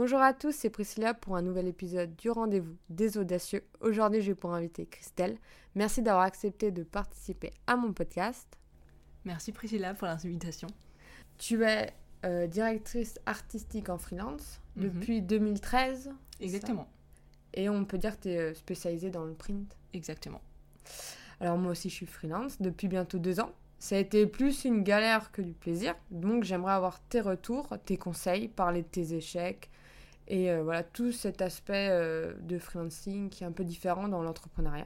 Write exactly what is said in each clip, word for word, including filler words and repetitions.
Bonjour à tous, c'est Priscilla pour un nouvel épisode du Rendez-vous des Audacieux. Aujourd'hui, j'ai pour inviter Christelle. Merci d'avoir accepté de participer à mon podcast. Merci Priscilla pour l'invitation. Tu es euh, directrice artistique en freelance Mhm. depuis deux mille treize. Exactement. Et on peut dire que tu es spécialisée dans le print. Exactement. Alors moi aussi, je suis freelance depuis bientôt deux ans. Ça a été plus une galère que du plaisir. Donc j'aimerais avoir tes retours, tes conseils, parler de tes échecs. Et euh, voilà, tout cet aspect euh, de freelancing qui est un peu différent dans l'entrepreneuriat.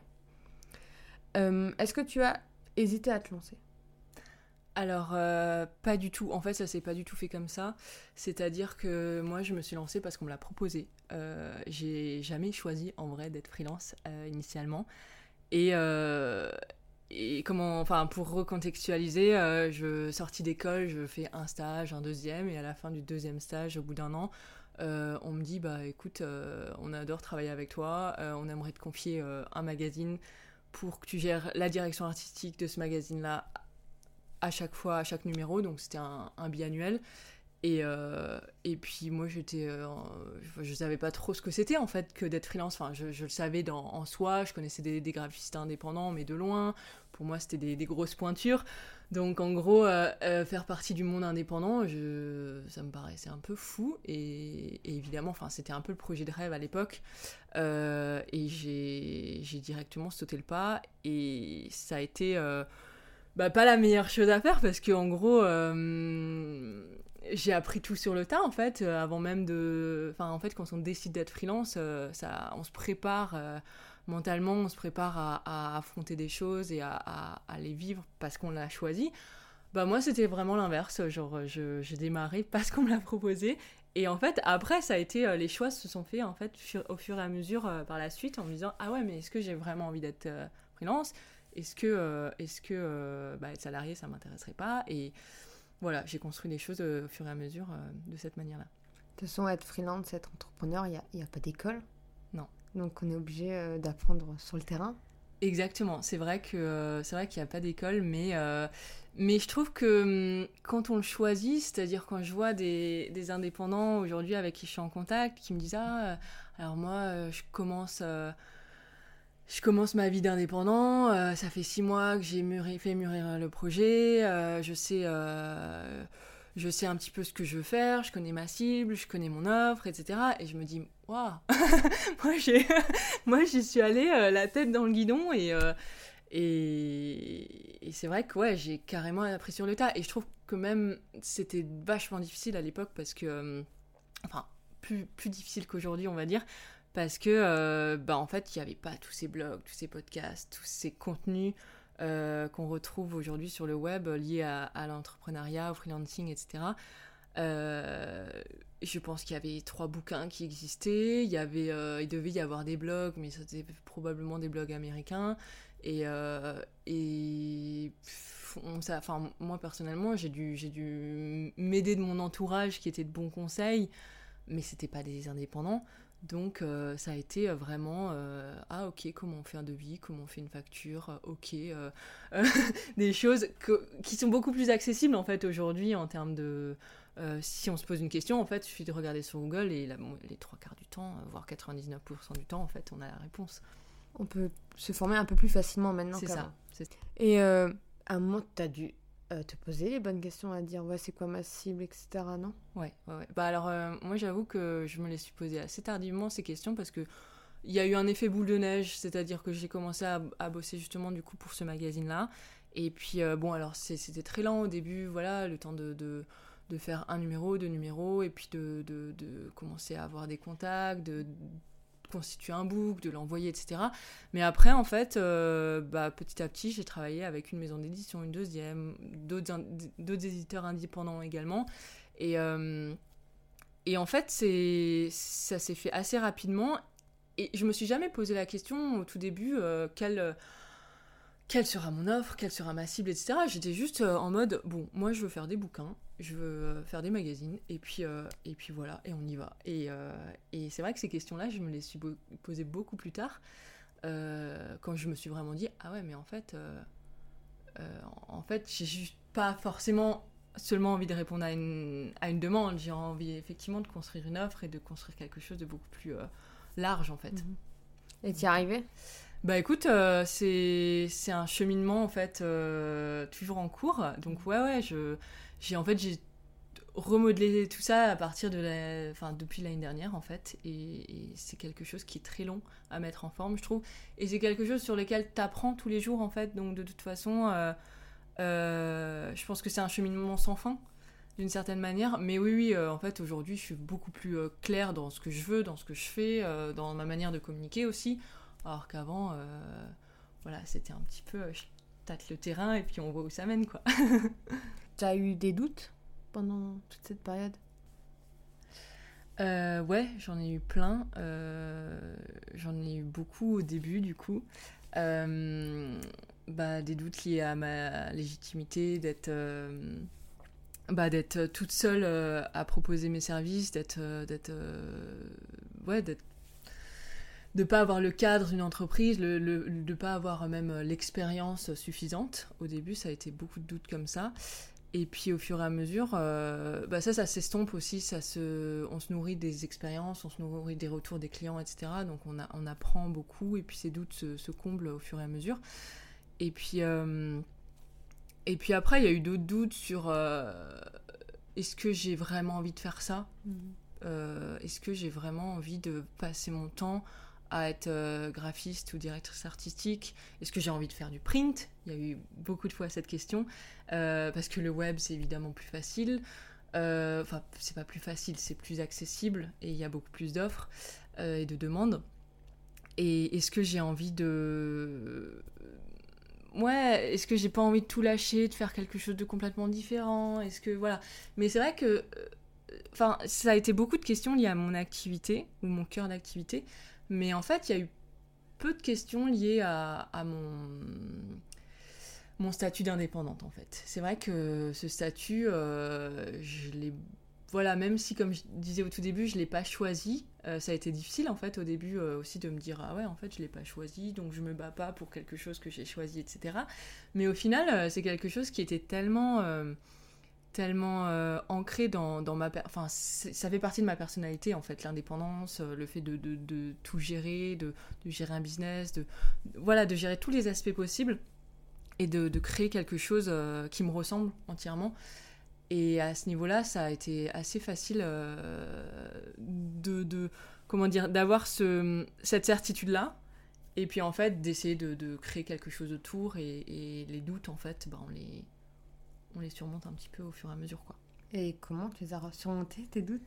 Euh, est-ce que tu as hésité à te lancer ? Alors, euh, pas du tout. En fait, ça s'est pas du tout fait comme ça. C'est-à-dire que moi, je me suis lancée parce qu'on me l'a proposé. Euh, j'ai jamais choisi, en vrai, d'être freelance euh, initialement. Et, euh, et comment... Enfin, pour recontextualiser, euh, je sortis d'école, je fais un stage, un deuxième, et à la fin du deuxième stage, au bout d'un an, euh, on me dit, bah écoute, euh, on adore travailler avec toi, euh, on aimerait te confier euh, un magazine pour que tu gères la direction artistique de ce magazine-là à chaque fois, à chaque numéro, donc c'était un, un biannuel. Et, euh, et puis moi, j'étais, euh, je savais pas trop ce que c'était en fait que d'être freelance. Enfin, je, je le savais dans, en soi, je connaissais des, des graphistes indépendants, mais de loin. Pour moi, c'était des, des grosses pointures. Donc en gros, euh, euh, faire partie du monde indépendant, je, ça me paraissait un peu fou. Et, et évidemment, enfin, c'était un peu le projet de rêve à l'époque. Euh, et j'ai, j'ai directement sauté le pas. Et ça a été... Euh, Bah, pas la meilleure chose à faire parce que en gros euh, j'ai appris tout sur le tas en fait euh, avant même de enfin en fait quand on décide d'être freelance euh, ça on se prépare euh, mentalement, on se prépare à, à affronter des choses et à, à, à les vivre parce qu'on l'a choisi. Bah moi c'était vraiment l'inverse, genre je, j'ai démarré parce qu'on me l'a proposé. Et en fait après ça a été euh, les choix se sont faits en fait fur, au fur et à mesure euh, par la suite en me disant ah ouais mais est-ce que j'ai vraiment envie d'être euh, freelance. Est-ce que, euh, est-ce que euh, bah, être salarié, ça m'intéresserait pas. Et voilà, j'ai construit les choses euh, au fur et à mesure euh, de cette manière-là. De toute façon, être freelance, être entrepreneur, il n'y a, y a pas d'école. Non. Donc on est obligé euh, d'apprendre sur le terrain. Exactement, c'est vrai, que, euh, c'est vrai qu'il n'y a pas d'école, mais, euh, mais je trouve que hum, quand on le choisit, c'est-à-dire quand je vois des, des indépendants aujourd'hui avec qui je suis en contact, qui me disent « Ah, euh, alors moi, euh, je commence... Euh, Je commence ma vie d'indépendant, euh, ça fait six mois que j'ai mûri, fait mûrir le projet, euh, je sais, euh, je sais un petit peu ce que je veux faire, je connais ma cible, je connais mon offre, et cetera. Et je me dis, waouh, moi, j'ai, moi j'y suis allée euh, la tête dans le guidon et, euh, et, et c'est vrai que ouais, j'ai carrément appris sur le tas. Et je trouve que même c'était vachement difficile à l'époque parce que, euh, enfin, plus, plus difficile qu'aujourd'hui, on va dire. Parce que, euh, bah, en fait, il n'y avait pas tous ces blogs, tous ces podcasts, tous ces contenus euh, qu'on retrouve aujourd'hui sur le web liés à, à l'entrepreneuriat, au freelancing, et cetera. Euh, je pense qu'il y avait trois bouquins qui existaient. Il, y avait, euh, il devait y avoir des blogs, mais c'était probablement des blogs américains. Et, euh, et on, ça, enfin, moi, personnellement, j'ai dû, j'ai dû m'aider de mon entourage qui était de bons conseils, mais c'était pas des indépendants. Donc euh, ça a été vraiment euh, ah ok, comment on fait un devis, comment on fait une facture, euh, ok euh, euh, des choses que, qui sont beaucoup plus accessibles en fait aujourd'hui en termes de euh, si on se pose une question en fait il suffit de regarder sur Google et la, bon, les trois quarts du temps voire quatre-vingt-dix-neuf pour cent du temps en fait on a la réponse. On peut se former un peu plus facilement maintenant C'est qu'avant. ça, c'est... Et euh, à un moment, tu as dû euh, te poser les bonnes questions à dire ouais, c'est quoi ma cible, et cetera. Non ? Ouais, ouais, ouais. Bah alors, euh, moi j'avoue que je me les suis posées assez tardivement ces questions parce que il y a eu un effet boule de neige, c'est-à-dire que j'ai commencé à, à bosser justement du coup pour ce magazine-là. Et puis, euh, bon, alors c'est, c'était très lent au début, voilà, le temps de, de, de faire un numéro, deux numéros, et puis de, de, de commencer à avoir des contacts, de constituer un book, de l'envoyer, et cetera. Mais après, en fait, euh, bah, petit à petit, j'ai travaillé avec une maison d'édition, une deuxième, d'autres, ind- d'autres éditeurs indépendants également. Et, euh, et en fait, c'est, ça s'est fait assez rapidement. Et je me suis jamais posé la question au tout début, euh, quelle, quelle sera mon offre, quelle sera ma cible, et cetera. J'étais juste euh, en mode, bon, moi je veux faire des bouquins, je veux euh, faire des magazines, et puis, euh, et puis voilà, et on y va. Et, euh, et c'est vrai que ces questions-là, je me les suis bo- posées beaucoup plus tard, euh, quand je me suis vraiment dit, ah ouais, mais en fait, euh, euh, en fait, j'ai juste pas forcément seulement envie de répondre à une, à une demande, j'ai envie effectivement de construire une offre et de construire quelque chose de beaucoup plus euh, large en fait. Mmh. Et t'y es arrivé ? Bah écoute, euh, c'est, c'est un cheminement en fait euh, toujours en cours. Donc ouais ouais, je, j'ai en fait j'ai remodelé tout ça à partir de la, enfin depuis l'année dernière en fait, et, et c'est quelque chose qui est très long à mettre en forme je trouve, et c'est quelque chose sur lequel t'apprends tous les jours en fait. Donc de toute façon, euh, euh, je pense que c'est un cheminement sans fin d'une certaine manière. Mais oui oui, euh, en fait aujourd'hui je suis beaucoup plus euh, claire dans ce que je veux, dans ce que je fais, euh, dans ma manière de communiquer aussi. Alors qu'avant, euh, voilà, c'était un petit peu, euh, je tâte le terrain et puis on voit où ça mène, quoi. T'as eu des doutes pendant toute cette période ? euh, Ouais, j'en ai eu plein. Euh, j'en ai eu beaucoup au début, du coup. Euh, bah, des doutes liés à ma légitimité, d'être, euh, bah, d'être toute seule euh, à proposer mes services, d'être, euh, d'être, euh, ouais, d'être de ne pas avoir le cadre d'une entreprise, le, le, de ne pas avoir même l'expérience suffisante. Au début, ça a été beaucoup de doutes comme ça. Et puis au fur et à mesure, euh, bah ça, ça s'estompe aussi. Ça se, on se nourrit des expériences, on se nourrit des retours des clients, et cetera. Donc on, a, on apprend beaucoup et puis ces doutes se, se comblent au fur et à mesure. Et puis, euh, et puis après, il y a eu d'autres doutes sur euh, est-ce que j'ai vraiment envie de faire ça ? mmh. euh, Est-ce que j'ai vraiment envie de passer mon temps à être euh, graphiste ou directrice artistique ? Est-ce que j'ai envie de faire du print ? Il y a eu beaucoup de fois cette question, euh, parce que le web, c'est évidemment plus facile. Enfin, euh, c'est pas plus facile, c'est plus accessible, et il y a beaucoup plus d'offres euh, et de demandes. Et est-ce que j'ai envie de... Ouais, est-ce que j'ai pas envie de tout lâcher, de faire quelque chose de complètement différent ? Est-ce que... Voilà. Mais c'est vrai que... Enfin, ça a été beaucoup de questions liées à mon activité, ou mon cœur d'activité. Mais en fait, il y a eu peu de questions liées à, à mon, mon statut d'indépendante, en fait. C'est vrai que ce statut, euh, je l'ai... Voilà, même si, comme je disais au tout début, je ne l'ai pas choisi, euh, ça a été difficile, en fait, au début, euh, aussi de me dire « Ah ouais, en fait, je ne l'ai pas choisi, donc je ne me bats pas pour quelque chose que j'ai choisi, et cetera » Mais au final, euh, c'est quelque chose qui était tellement... Euh, tellement euh, ancré dans, dans ma... Per- enfin, ça fait partie de ma personnalité, en fait, l'indépendance, euh, le fait de, de, de tout gérer, de, de gérer un business, de, voilà, de gérer tous les aspects possibles et de, de créer quelque chose euh, qui me ressemble entièrement. Et à ce niveau-là, ça a été assez facile euh, de, de... Comment dire ? D'avoir ce, cette certitude-là, et puis, en fait, d'essayer de, de créer quelque chose autour, et, et les doutes, en fait, ben, on les... on les surmonte un petit peu au fur et à mesure, quoi. Et comment tu les as surmontés, tes doutes ?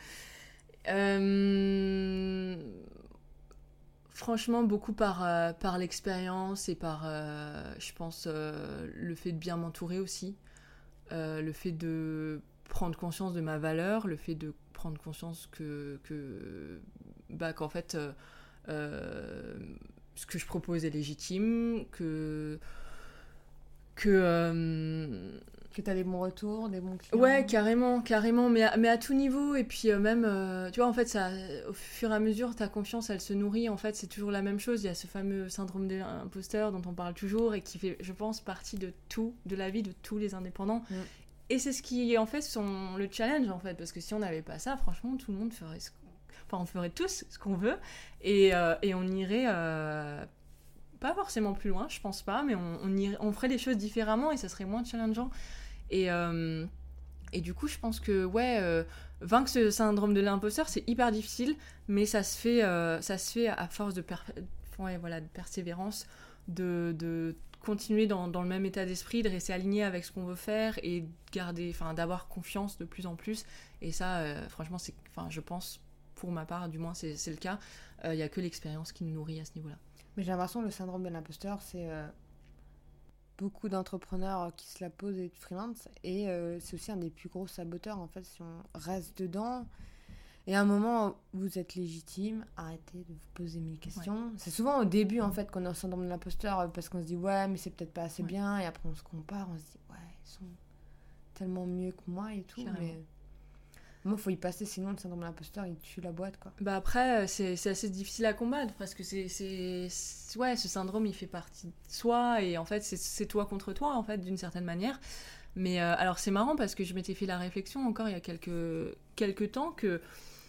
euh... Franchement, beaucoup par, euh, par l'expérience et par, euh, je pense, euh, le fait de bien m'entourer aussi. Euh, le fait de prendre conscience de ma valeur, le fait de prendre conscience que, que bah, qu'en fait, euh, euh, ce que je propose est légitime, que... que euh, Que t'as des bons retours, des bons clients. Ouais, carrément, carrément, mais à, mais à tout niveau. Et puis euh, même, euh, tu vois, en fait, ça, au fur et à mesure, ta confiance, elle se nourrit. En fait, c'est toujours la même chose. Il y a ce fameux syndrome de l'imposteur dont on parle toujours et qui fait, je pense, partie de tout, de la vie de tous les indépendants. Mm. Et c'est ce qui, en fait, sont le challenge, en fait, parce que si on n'avait pas ça, franchement, tout le monde ferait ce qu'on... Enfin, on ferait tous ce qu'on veut, et, euh, et on irait... Euh... pas forcément plus loin, je pense pas, mais on, on, irait, on ferait les choses différemment et ça serait moins challengeant. Et, euh, et du coup, je pense que ouais, euh, vaincre ce syndrome de l'imposteur, c'est hyper difficile, mais ça se fait, euh, ça se fait à force de, per- ouais, voilà, de persévérance, de, de continuer dans, dans le même état d'esprit, de rester aligné avec ce qu'on veut faire et de garder, enfin, d'avoir confiance de plus en plus. Et ça, euh, franchement, c'est, enfin, je pense, pour ma part, du moins, c'est, c'est le cas. Il euh, n'y a que l'expérience qui nous nourrit à ce niveau-là. Mais j'ai l'impression que le syndrome de l'imposteur, c'est euh, beaucoup d'entrepreneurs qui se la posent et de freelance. Et euh, c'est aussi un des plus gros saboteurs, en fait, si on reste dedans. Et à un moment, vous êtes légitime, arrêtez de vous poser mille questions. Ouais. C'est souvent au début, en fait, qu'on a un syndrome de l'imposteur, parce qu'on se dit, ouais, mais c'est peut-être pas assez ouais. bien. Et après, on se compare, on se dit, ouais, ils sont tellement mieux que moi et tout. Carrément. Mais... moi, il faut y passer, sinon le syndrome de l'imposteur, il tue la boîte, quoi. Bah après, c'est, c'est assez difficile à combattre, parce que c'est, c'est, c'est... ouais, ce syndrome, il fait partie de soi, et en fait, c'est, c'est toi contre toi, en fait, d'une certaine manière. Mais euh, alors c'est marrant parce que je m'étais fait la réflexion encore il y a quelques, quelques temps que...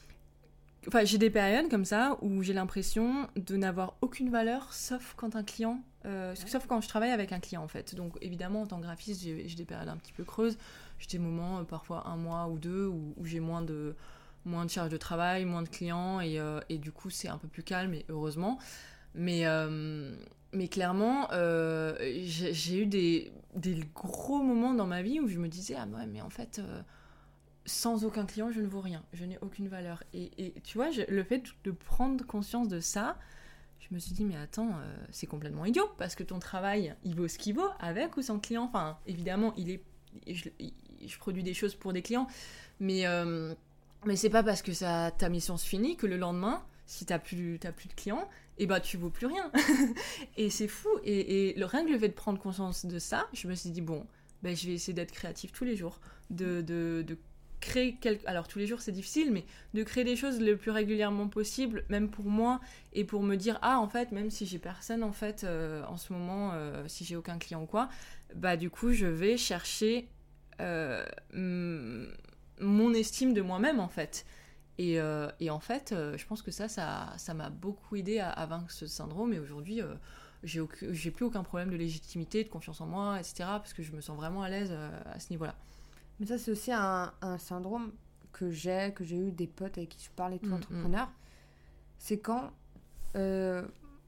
Enfin, j'ai des périodes comme ça où j'ai l'impression de n'avoir aucune valeur sauf quand un client... Euh, sauf quand je travaille avec un client en fait. Donc évidemment en tant que graphiste j'ai, j'ai des périodes un petit peu creuses. J'ai des moments, euh, parfois un mois ou deux, où, où j'ai moins de, moins de charge de travail, moins de clients et, euh, et du coup c'est un peu plus calme et heureusement. Mais, euh, mais clairement euh, j'ai, j'ai eu des, des gros moments dans ma vie où je me disais ah ouais mais en fait... Euh, sans aucun client, je ne vaux rien, je n'ai aucune valeur. Et, et tu vois, je, le fait de prendre conscience de ça, je me suis dit, mais attends, euh, c'est complètement idiot, parce que ton travail, il vaut ce qu'il vaut, avec ou sans client. Enfin, évidemment, il est, je, je produis des choses pour des clients, mais, euh, mais c'est pas parce que ça, ta mission se finit que le lendemain, si t'as plus, t'as plus de clients, et bah tu vaux plus rien. Et c'est fou. Et, et le, rien que le fait de prendre conscience de ça, je me suis dit, bon, ben, je vais essayer d'être créative tous les jours, de, de, de créer quelque... alors tous les jours c'est difficile, mais de créer des choses le plus régulièrement possible, même pour moi, et pour me dire ah en fait même si j'ai personne en fait euh, en ce moment, euh, si j'ai aucun client ou quoi, bah du coup je vais chercher euh, m- mon estime de moi-même en fait. Et, euh, et en fait euh, je pense que ça ça, ça m'a beaucoup aidé à, à vaincre ce syndrome, et aujourd'hui euh, j'ai, aucun, j'ai plus aucun problème de légitimité, de confiance en moi, et cetera, parce que je me sens vraiment à l'aise euh, à ce niveau-là. Mais ça, c'est aussi un, un syndrome que j'ai, que j'ai eu des potes avec qui je parle et tout, Mmh, entrepreneurs. Mmh. C'est quand euh,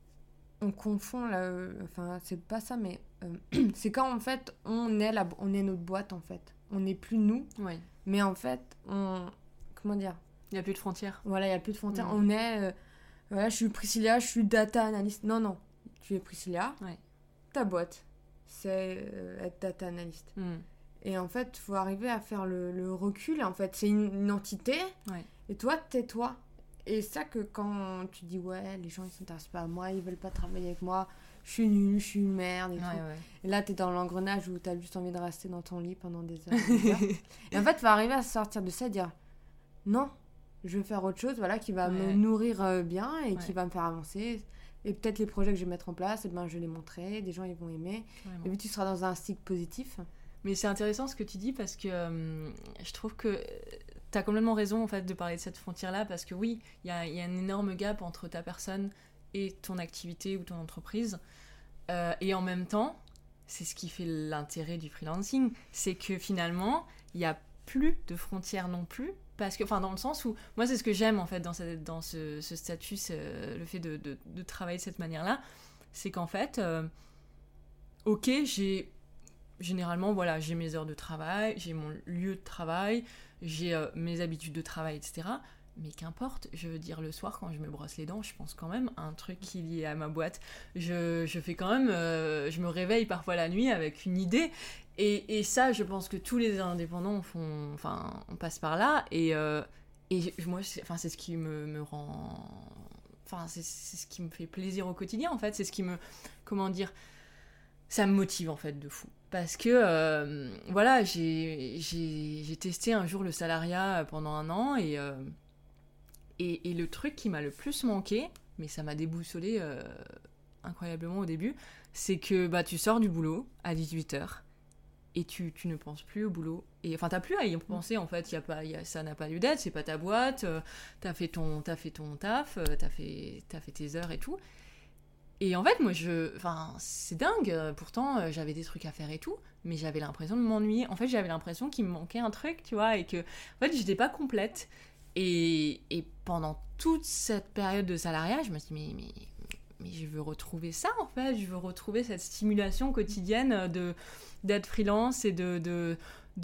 on confond, la, euh, enfin, c'est pas ça, mais euh, c'est quand en fait on est, la, on est notre boîte en fait. On n'est plus nous, ouais. Mais en fait, on. Comment dire ? Il n'y a plus de frontières. Voilà, il n'y a plus de frontières. Mmh. On est. Euh, voilà, je suis Priscilla, je suis data analyst. Non, non. Tu es Priscilla. Ouais. Ta boîte, c'est euh, être data analyst. Mmh. Et en fait, il faut arriver à faire le, le recul. En fait, c'est une, une entité. Ouais. Et toi, tais-toi. Et ça que quand tu dis, ouais, les gens, ils s'intéressent pas à moi, ils veulent pas travailler avec moi, je suis nulle, je suis une merde et ouais, tout. Ouais. Et là, t'es dans l'engrenage où t'as juste envie de rester dans ton lit pendant des heures. Des heures. Et en fait, il faut arriver à sortir de ça et dire, non, je vais faire autre chose, voilà, qui va ouais. me nourrir euh, bien et ouais. qui va me faire avancer. Et peut-être les projets que je vais mettre en place, eh ben, je vais les montrer, des gens, ils vont aimer. Vraiment. Et puis, tu seras dans un cycle positif. Mais c'est intéressant ce que tu dis, parce que euh, je trouve que tu as complètement raison en fait, de parler de cette frontière-là, parce que oui, il y a, y a un énorme gap entre ta personne et ton activité ou ton entreprise. Euh, et en même temps, c'est ce qui fait l'intérêt du freelancing, c'est que finalement, il n'y a plus de frontières non plus, parce que, enfin, dans le sens où, moi c'est ce que j'aime en fait dans, cette, dans ce, ce statut, euh, le fait de, de, de travailler de cette manière-là, c'est qu'en fait, euh, ok, j'ai... Généralement, voilà, j'ai mes heures de travail, j'ai mon lieu de travail, j'ai euh, mes habitudes de travail, et cetera. Mais qu'importe, je veux dire, le soir, quand je me brosse les dents, je pense quand même à un truc qui est lié à ma boîte. Je, je fais quand même... Euh, je me réveille parfois la nuit avec une idée. Et, et ça, je pense que tous les indépendants font... Enfin, on passe par là. Et, euh, et moi, c'est, enfin, c'est ce qui me, me rend... Enfin, c'est, c'est ce qui me fait plaisir au quotidien, en fait. C'est ce qui me... Comment dire ? Ça me motive, en fait, de fou. Parce que, euh, voilà, j'ai, j'ai, j'ai testé un jour le salariat pendant un an, et, euh, et, et le truc qui m'a le plus manqué, mais ça m'a déboussolé euh, incroyablement au début, c'est que bah, tu sors du boulot à dix-huit heures, et tu, tu ne penses plus au boulot. Et, enfin, t'as plus à y penser, en fait, y a pas, y a, ça n'a pas lieu d'être, c'est pas ta boîte, euh, t'as fait ton, t'as fait ton taf, euh, t'as fait, t'as fait tes heures et tout. Et en fait, moi, je... Enfin, c'est dingue. Pourtant, euh, j'avais des trucs à faire et tout, mais j'avais l'impression de m'ennuyer. En fait, j'avais l'impression qu'il me manquait un truc, tu vois, et que, en fait, j'étais pas complète. Et, et pendant toute cette période de salariat, je me suis dit, mais, mais, mais je veux retrouver ça, en fait. Je veux retrouver cette stimulation quotidienne de, d'être freelance et de... de,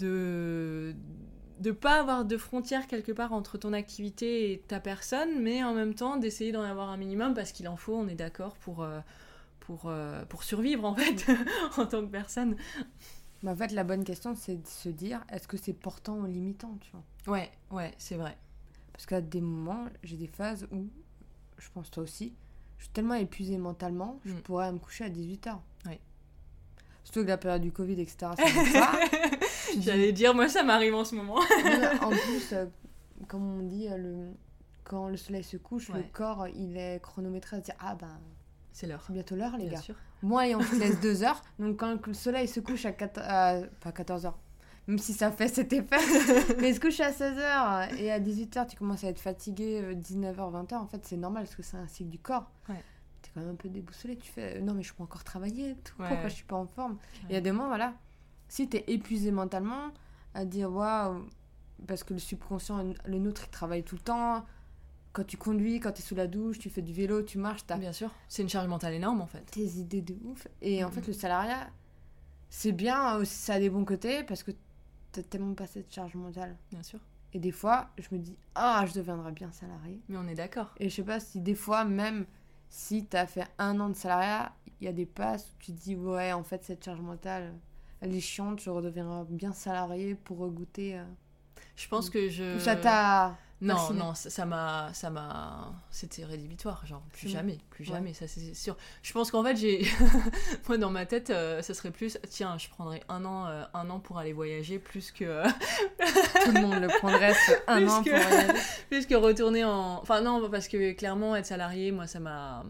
de de pas avoir de frontières quelque part entre ton activité et ta personne, mais en même temps d'essayer d'en avoir un minimum, parce qu'il en faut, on est d'accord, pour, euh, pour, euh, pour survivre en fait, en tant que personne. Mais en fait, la bonne question, c'est de se dire, est-ce que c'est portant ou limitant, tu vois ? Ouais, ouais, c'est vrai. Parce qu'à des moments, j'ai des phases où, je pense toi aussi, je suis tellement épuisée mentalement, je mm. pourrais me coucher à dix-huit heures. Ouais. Surtout que la période du Covid, et cetera, ça me fait ça. J'allais dire, moi, ça m'arrive en ce moment. En plus, euh, comme on dit, euh, le... quand le soleil se couche, ouais. le corps, il est chronométré à se dire, ah ben, c'est l'heure. C'est bientôt l'heure, les Bien gars. Sûr. Moi, et on se laisse deux heures. Donc, quand le soleil se couche à, quatorze... à... pas quatorze heures, même si ça fait cet effet. Mais se coucher à seize heures et à dix-huit heures, tu commences à être fatigué, euh, dix-neuf heures, vingt heures, en fait, c'est normal parce que c'est un cycle du corps. Ouais. T'es quand même un peu déboussolé. Tu fais, euh, non, mais je peux encore travailler et tout. Ouais. Pourquoi je suis pas en forme? Ouais. Il y a des moments, voilà, si t'es épuisé mentalement, à dire, waouh, parce que le subconscient, le nôtre, il travaille tout le temps. Quand tu conduis, quand t'es sous la douche, tu fais du vélo, tu marches, t'as Bien sûr, c'est une charge mentale énorme en fait. tes idées de ouf. Et Mm-hmm. en fait, le salariat, c'est bien aussi, ça a des bons côtés parce que t'as tellement pas cette charge mentale. Bien sûr. Et des fois, je me dis, ah, je deviendrai bien salarié. Mais on est d'accord. Et je sais pas si des fois, même si t'as fait un an de salariat, il y a des passes où tu te dis, ouais, en fait, cette charge mentale, elle est chiante, je redeviendrai bien salarié pour regoûter. Euh... Je pense que je... Ou ça t'a... Non, fasciné. non, ça ça m'a, ça m'a, c'était rédhibitoire, genre plus Mm. jamais, plus Ouais. jamais, ça c'est sûr. Je pense qu'en fait j'ai, moi dans ma tête, euh, ça serait plus, tiens, je prendrais un an, euh, un an pour aller voyager plus que, Tout le monde le prendrait, ce un Plus an que- pour voyager. plus que retourner en, enfin non, parce que clairement être salarié, moi ça m'a,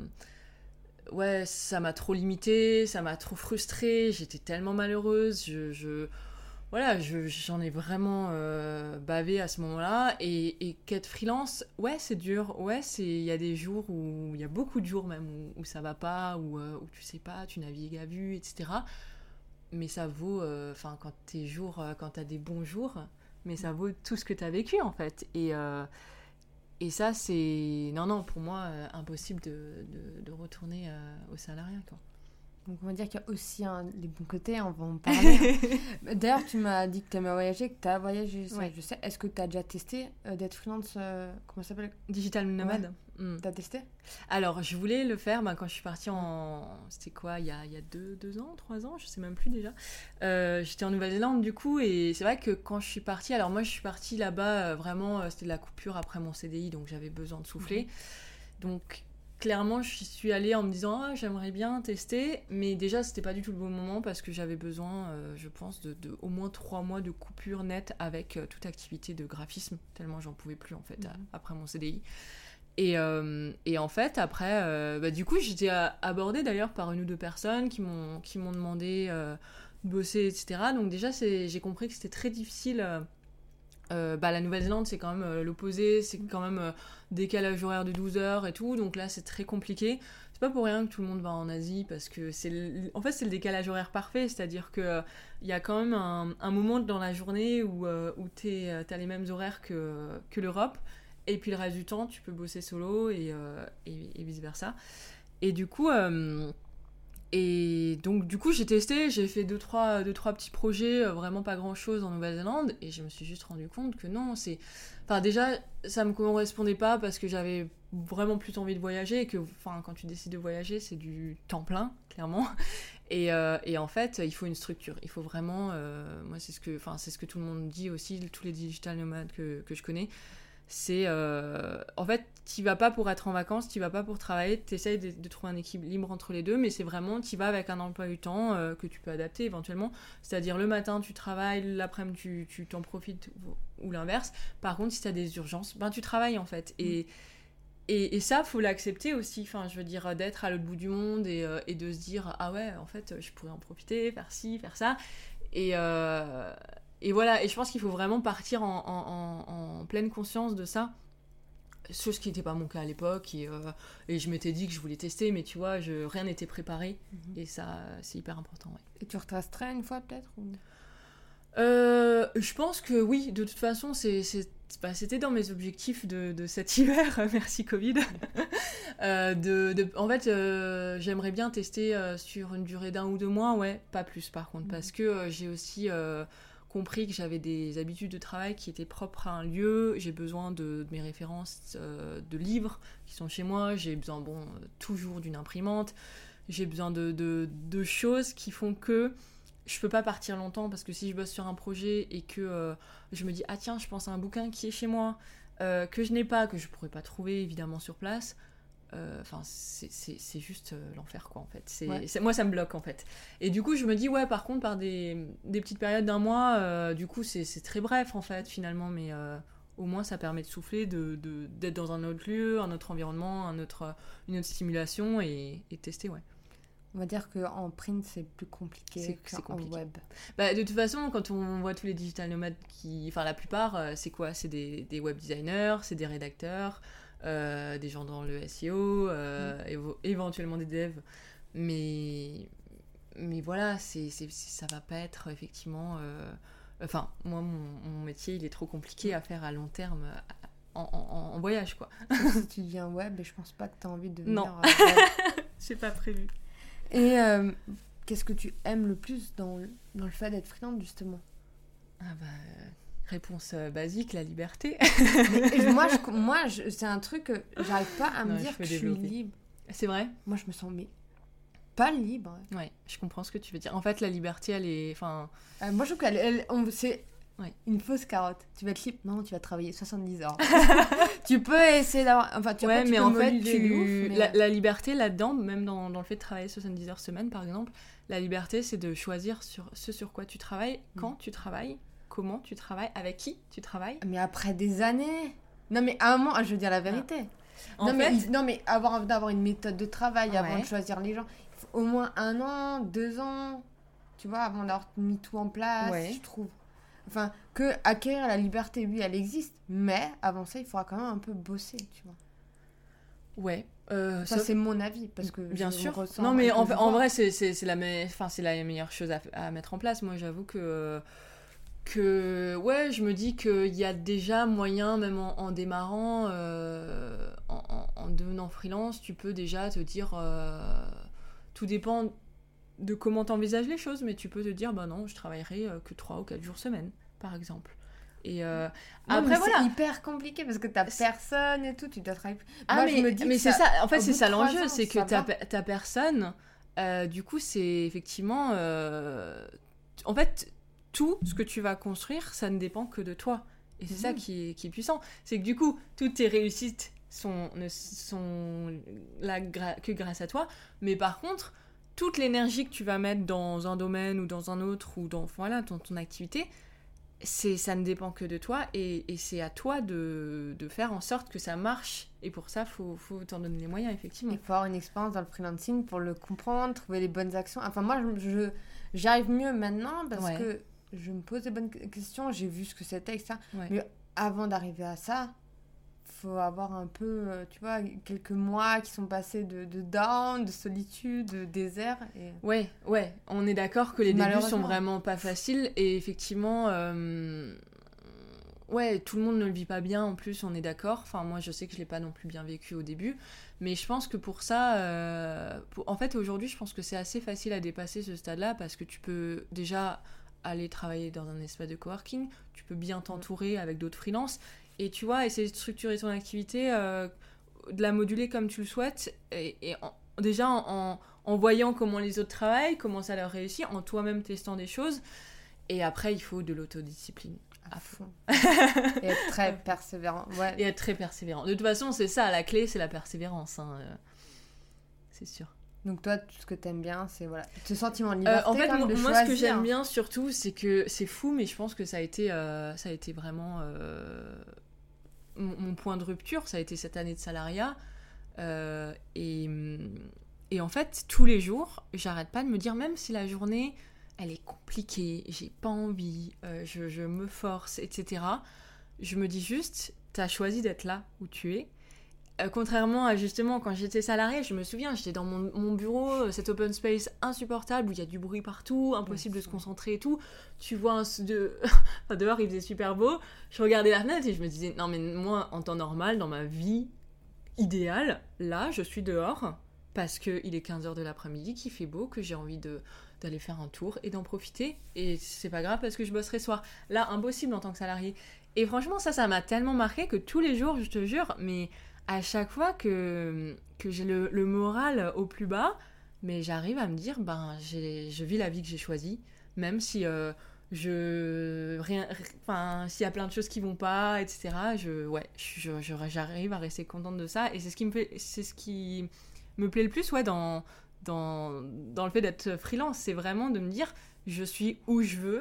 ouais, ça m'a trop limité, ça m'a trop frustrée, j'étais tellement malheureuse, je, je... Voilà, je, j'en ai vraiment euh, bavé à ce moment-là. Et, et qu'être freelance, ouais, c'est dur. Ouais, c'est, il y a des jours où, il y a beaucoup de jours même où, où ça va pas, où, euh, où tu sais pas, tu navigues à vue, et cetera. Mais ça vaut, enfin, quand tes jours, euh, quand t'as des bons jours, mais ça vaut tout ce que t'as vécu en fait. Et, euh, et ça, c'est, non, non, pour moi, euh, impossible de, de, de retourner euh, au salariat, quoi. Donc on va dire qu'il y a aussi un, les bons côtés, on va en parler. D'ailleurs, tu m'as dit que tu aimais voyager, que tu as voyagé, ça, Ouais. je sais. Est-ce que tu as déjà testé euh, d'être freelance euh, comment ça s'appelle? Digital nomade. Mm. Tu as testé? Alors, je voulais le faire ben, quand je suis partie en... C'était quoi, il y a, il y a deux, deux ans, trois ans, je sais même plus déjà. Euh, j'étais en Nouvelle-Zélande, du coup, et c'est vrai que quand je suis partie... Alors moi, je suis partie là-bas, euh, vraiment, euh, c'était de la coupure après mon C D I, donc j'avais besoin de souffler. Mm-hmm. Donc, clairement, je suis allée en me disant ah, j'aimerais bien tester, mais déjà, c'était pas du tout le bon moment parce que j'avais besoin, euh, je pense, de, de au moins trois mois de coupure nette avec euh, toute activité de graphisme, tellement j'en pouvais plus, en fait, mm-hmm. à, après mon C D I. Et, euh, et en fait, après, euh, bah, du coup, j'étais abordée d'ailleurs par une ou deux personnes qui m'ont, qui m'ont demandé euh, de bosser, et cetera. Donc déjà, c'est, j'ai compris que c'était très difficile. Euh, euh, bah, la Nouvelle-Zélande, c'est quand même euh, l'opposé. C'est quand même euh, décalage horaire de douze heures et tout. Donc là, c'est très compliqué. C'est pas pour rien que tout le monde va en Asie, parce que c'est le, en fait, c'est le décalage horaire parfait. C'est-à-dire qu'il euh, y a quand même un, un moment dans la journée où, euh, où t'es, t'as les mêmes horaires que, que l'Europe. Et puis le reste du temps, tu peux bosser solo et, euh, et, et vice-versa. Et du coup, euh, et donc, du coup, j'ai testé, j'ai fait deux trois, deux, trois petits projets, euh, vraiment pas grand-chose en Nouvelle-Zélande. Et je me suis juste rendu compte que non, c'est... Enfin, déjà, ça me correspondait pas parce que j'avais vraiment plus envie de voyager. Et que, enfin, quand tu décides de voyager, c'est du temps plein, clairement. Et, euh, et en fait, il faut une structure. Il faut vraiment... Euh, moi, c'est ce que, enfin, c'est ce que tout le monde dit aussi, tous les digital nomades que, que je connais. C'est euh, en fait t'y vas pas pour être en vacances, t'y vas pas pour travailler, t'essayes de, de trouver un équilibre entre les deux, mais c'est vraiment t'y vas avec un emploi du temps euh, que tu peux adapter éventuellement, c'est-à-dire le matin tu travailles, l'après-midi tu, tu t'en profites ou, ou l'inverse. Par contre, si t'as des urgences, ben tu travailles en fait. Et, mmh. et, et ça, faut l'accepter aussi, enfin je veux dire, d'être à l'autre bout du monde et, euh, et de se dire ah ouais, en fait je pourrais en profiter, faire ci, faire ça. Et euh, Et voilà, et je pense qu'il faut vraiment partir en, en, en, en pleine conscience de ça, chose qui n'était pas mon cas à l'époque, et, euh, et je m'étais dit que je voulais tester, mais tu vois, je, rien n'était préparé, mm-hmm. et ça, c'est hyper important. Ouais. Et tu retracerais une fois peut-être ou... euh, Je pense que oui, de toute façon, c'est, c'est, bah, c'était dans mes objectifs de, de cet hiver, merci Covid. euh, de, de, en fait, euh, j'aimerais bien tester euh, sur une durée d'un ou deux mois, ouais, pas plus par contre, mm-hmm. parce que euh, j'ai aussi... Euh, compris que j'avais des habitudes de travail qui étaient propres à un lieu, j'ai besoin de, de mes références euh, de livres qui sont chez moi, j'ai besoin bon, euh, toujours d'une imprimante, j'ai besoin de, de, de choses qui font que je peux pas partir longtemps, parce que si je bosse sur un projet et que euh, je me dis ah tiens, je pense à un bouquin qui est chez moi, euh, que je n'ai pas, que je pourrais pas trouver évidemment sur place, enfin euh, c'est, c'est, c'est juste euh, l'enfer quoi en fait, c'est, ouais. c'est, moi ça me bloque en fait, et du coup je me dis ouais par contre par des, des petites périodes d'un mois euh, du coup c'est, c'est très bref en fait finalement, mais euh, au moins ça permet de souffler, de, de, d'être dans un autre lieu, un autre environnement, un autre, une autre stimulation, et, et tester ouais. On va dire qu'en print, c'est plus compliqué C'est- qu'en c'est compliqué. web. Bah, de toute façon, quand on voit tous les digital nomades qui... Enfin, la plupart, euh, c'est quoi? C'est des, des web designers, c'est des rédacteurs, euh, des gens dans le S E O, euh, évo- éventuellement des devs. Mais... Mais voilà, c'est, c'est, c'est- ça va pas être effectivement... euh, Enfin, moi, mon, mon métier, il est trop compliqué à faire à long terme euh, en, en- en voyage, quoi. Sauf si tu deviens web, et je pense pas que tu as envie de devenir Non. euh, web. C'est pas prévu. Et euh, qu'est-ce que tu aimes le plus dans le, dans le fait d'être freelance, justement? Ah bah... euh, Réponse euh, basique, la liberté. Mais, et moi, je, moi je- c'est un truc que j'arrive pas à me Non, je dire peux que je suis développer. libre. C'est vrai? Moi, je me sens mais pas libre. Ouais, je comprends ce que tu veux dire. En fait, la liberté, elle est... Enfin... Euh, moi, je trouve qu'elle elle- on- c'est Ouais. une fausse carotte. Tu vas être libre. Non, tu vas travailler soixante-dix heures. Tu peux essayer d'avoir... Enfin, tu, Ouais, après, tu mais peux en fait, moduler tu... de ouf, mais- la, la liberté là-dedans, même dans, dans le fait de travailler soixante-dix heures semaine, par exemple, la liberté, c'est de choisir sur ce sur quoi tu travailles, quand tu travailles, comment tu travailles, avec qui tu travailles. Mais après des années... Non, mais à un moment, je veux dire la vérité. En non, fait, mais, il- non, mais avoir, d'avoir une méthode de travail avant Ouais. de choisir les gens, il faut au moins un an, deux ans, tu vois, avant d'avoir mis tout en place, Ouais. je trouve. Enfin, que acquérir la liberté, oui, elle existe, mais avant ça, il faudra quand même un peu bosser, tu vois. ouais. euh, Ça, sauf- c'est mon avis, parce que Bien je sûr. me ressens Non, mais et en, que fait- je en vois. vrai, c'est, c'est, c'est, la me... enfin, c'est la meilleure chose à, à mettre en place. Moi, j'avoue que... que ouais, je me dis qu'il y a déjà moyen, même en, en démarrant, euh, en, en- en devenant freelance, tu peux déjà te dire... euh, tout dépend de comment tu envisages les choses, mais tu peux te dire, bah non, je travaillerai euh, que trois ou quatre jours semaine, par exemple. Et euh, Non, après, mais voilà. c'est hyper compliqué, parce que t'as C'est- personne et tout, tu dois travailler... Ah, Moi, mais, je me dis mais que c'est ça, en fait, au c'est bout de ça trois l'enjeu, ans, c'est que ça ta, va. pe- ta personne, euh, du coup, c'est effectivement. euh, En fait, tout ce que tu vas construire, ça ne dépend que de toi. Et c'est ça Mhm. qui est, qui est puissant. C'est que du coup, toutes tes réussites sont, ne sont là gra- que grâce à toi. Mais par contre, toute l'énergie que tu vas mettre dans un domaine ou dans un autre, ou dans voilà, ton, ton activité, c'est, ça ne dépend que de toi et, et c'est à toi de, de faire en sorte que ça marche. Et pour ça, il faut, faut t'en donner les moyens, effectivement. Il faut avoir une expérience dans le freelancing pour le comprendre, trouver les bonnes actions. Enfin, moi, je, je- j'arrive mieux maintenant parce Ouais. que je me pose des bonnes questions, j'ai vu ce que c'était, et cetera. Ouais. Mais avant d'arriver à ça, faut avoir un peu, euh, tu vois, quelques mois qui sont passés de, de down, de solitude, de désert. Et... Ouais, ouais, on est d'accord que les débuts sont Malheureusement. vraiment pas faciles et effectivement, euh, ouais, tout le monde ne le vit pas bien en plus, on est d'accord. Enfin, moi je sais que je l'ai pas non plus bien vécu au début, mais je pense que pour ça, euh, pour- en fait aujourd'hui, je pense que c'est assez facile à dépasser ce stade-là parce que tu peux déjà aller travailler dans un espace de coworking, tu peux bien t'entourer avec d'autres freelances et tu vois, essayer de structurer ton activité, euh, de la moduler comme tu le souhaites et, et en- déjà en, en- en voyant comment les autres travaillent, comment ça leur réussit, en toi-même testant des choses. Et après, il faut de l'autodiscipline. à fond. Et être très persévérant. Ouais. Et être très persévérant. De toute façon, c'est ça, la clé, c'est la persévérance. Hein, euh, c'est sûr. Donc toi, tout ce que t'aimes bien, c'est voilà, ce sentiment de Euh, liberté. en fait, quand même, moi, de moi, ce que choisir. j'aime bien surtout, c'est que c'est fou, mais je pense que ça a été, euh, ça a été vraiment euh, mon, mon point de rupture. Ça a été cette année de salariat. Euh, et, et en fait, tous les jours, j'arrête pas de me dire, même si la journée, elle est compliquée, j'ai pas envie, euh, je, je me force, et cetera. Je me dis juste, t'as choisi d'être là où tu es. Euh, contrairement à justement quand j'étais salariée, je me souviens, j'étais dans mon, mon bureau, euh, cet open space insupportable où il y a du bruit partout, impossible Ouais, de se concentrer et tout. Tu vois, un, s- de... enfin, dehors il faisait super beau. Je regardais la fenêtre et je me disais, non mais moi en temps normal, dans ma vie idéale, là je suis dehors parce qu'il est quinze heures de l'après-midi, qu'il fait beau, que j'ai envie de, d'aller faire un tour et d'en profiter. Et c'est pas grave parce que je bosserai soir. Là, impossible en tant que salarié. Et franchement, ça, ça m'a tellement marqué que tous les jours, je te jure, mais à chaque fois que, que j'ai le, le moral au plus bas, mais j'arrive à me dire, ben, j'ai, je vis la vie que j'ai choisie, même si euh, je, rien, enfin, s'il y a plein de choses qui vont pas, et cetera. Je, ouais, je, je- j'arrive à rester contente de ça, et c'est ce qui me fait, c'est ce qui me plaît le plus, ouais, dans, dans, dans le fait d'être freelance, c'est vraiment de me dire, je suis où je veux,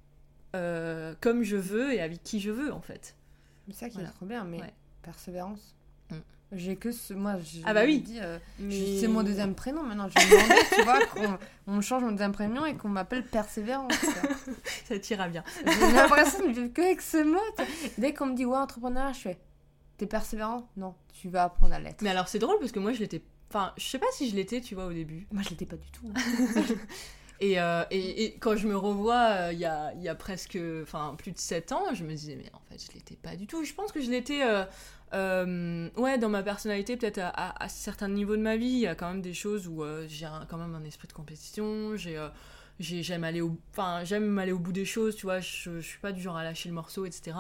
euh, comme je veux et avec qui je veux, en fait. C'est ça qui Voilà. est trop bien, mais Ouais. persévérance. Mm. J'ai que ce... Moi, je Ah bah oui. dis, euh, Mais... je- c'est mon deuxième prénom maintenant. Je me demandais, tu vois, qu'on on me change mon deuxième prénom et qu'on m'appelle Persévérance. quoi. Ça t'ira bien. J'ai l'impression de vivre qu'avec ce mot. tu sais. Dès qu'on me dit, ouais, entrepreneur, je fais, t'es persévérant? Non, tu vas apprendre à l'être. Mais alors c'est drôle parce que moi je l'étais... Enfin, je sais pas si je l'étais, tu vois, au début. Moi, je l'étais pas du tout. hein. Et, euh, et, et quand je me revois euh, il y, a, il y a presque... Enfin, plus de sept ans, je me disais, mais en fait, je l'étais pas du tout. Je pense que je l'étais... euh, euh, ouais, dans ma personnalité, peut-être à, à, à certains niveaux de ma vie, il y a quand même des choses où euh, j'ai un- quand même un esprit de compétition, j'ai... euh, j'ai- j'aime aller au enfin j'aime aller au bout des choses, tu vois, je, je suis pas du genre à lâcher le morceau, etc.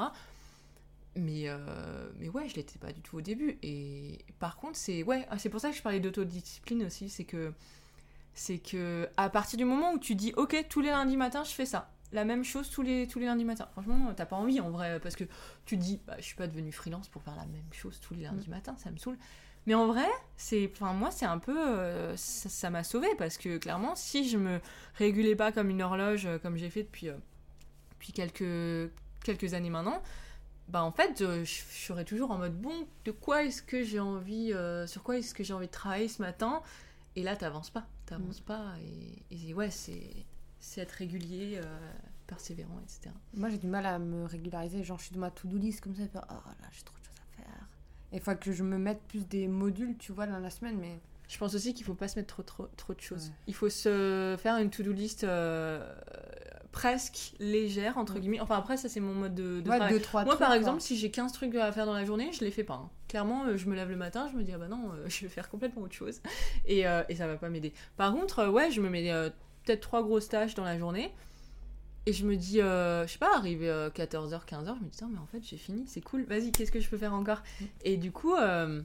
Mais, euh, mais ouais, je l'étais pas du tout au début. Et par contre, c'est ouais, c'est pour ça que je parlais d'autodiscipline aussi. C'est que, c'est que à partir du moment où tu dis, ok, tous les lundis matins, je fais ça. La même chose tous les, tous les lundis matins. Franchement, t'as pas envie en vrai. Parce que tu te dis, bah, je suis pas devenue freelance pour faire la même chose tous les lundis matins. Ça me saoule. Mais en vrai, c'est, enfin, moi, c'est un peu. euh, ça, ça m'a sauvée. Parce que clairement, si je me régulais pas comme une horloge, euh, comme j'ai fait depuis, euh, depuis quelques, quelques années maintenant, bah en fait euh, je, je serais toujours en mode bon, de quoi est-ce que j'ai envie euh, sur quoi est-ce que j'ai envie de travailler ce matin, et là t'avances pas t'avances Mm. pas et, et ouais, c'est c'est être régulier, euh, persévérant, etc. Moi, j'ai du mal à me régulariser. Genre, je suis dans ma to-do list comme ça. Et faire, oh là, j'ai trop de choses à faire. Et il faut que je me mette plus des modules, tu vois, dans la semaine. Mais Je pense aussi qu'il faut pas se mettre trop trop, trop de choses. Ouais. Il faut se faire une to-do list euh, presque légère entre Ouais. guillemets. Enfin après ça c'est mon mode de, de ouais, travail. deux, trois Moi, trucs. par exemple, si j'ai quinze trucs à faire dans la journée, je les fais pas. hein. Clairement, euh, je me lève le matin, je me dis, ah bah non, euh, je vais faire complètement autre chose. Et, euh, et ça va pas m'aider. Par contre, euh, ouais, je me mets euh, peut-être trois grosses tâches dans la journée. Et je me dis, euh, je sais pas, arrivé euh, quatorze heures, quinze heures, je me dis, tiens, mais en fait, j'ai fini, c'est cool, vas-y, qu'est-ce que je peux faire encore? Et du coup, euh,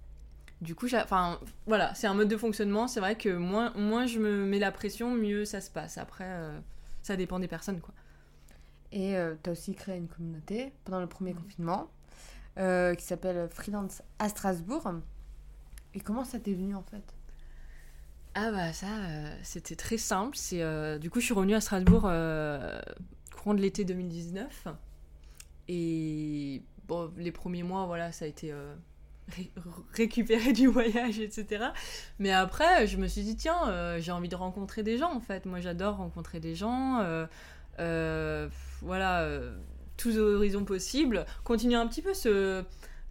du coup, j'ai- enfin, voilà, c'est un mode de fonctionnement. C'est vrai que moins, moins je me mets la pression, mieux ça se passe. Après, euh, ça dépend des personnes, quoi. Et euh, tu as aussi créé une communauté pendant le premier Mhm. confinement euh, qui s'appelle Freelance à Strasbourg. Et comment ça t'est venu en fait? Ah bah ça, euh, c'était très simple. C'est euh, du coup, je suis revenue à Strasbourg euh, courant de l'été deux mille dix-neuf. Et bon, les premiers mois, voilà, ça a été euh, ré- récupérer du voyage, et cetera. Mais après, je me suis dit, tiens, euh, j'ai envie de rencontrer des gens, en fait. Moi, j'adore rencontrer des gens. euh, euh, voilà, euh, tous horizons possibles. Continuer un petit peu ce,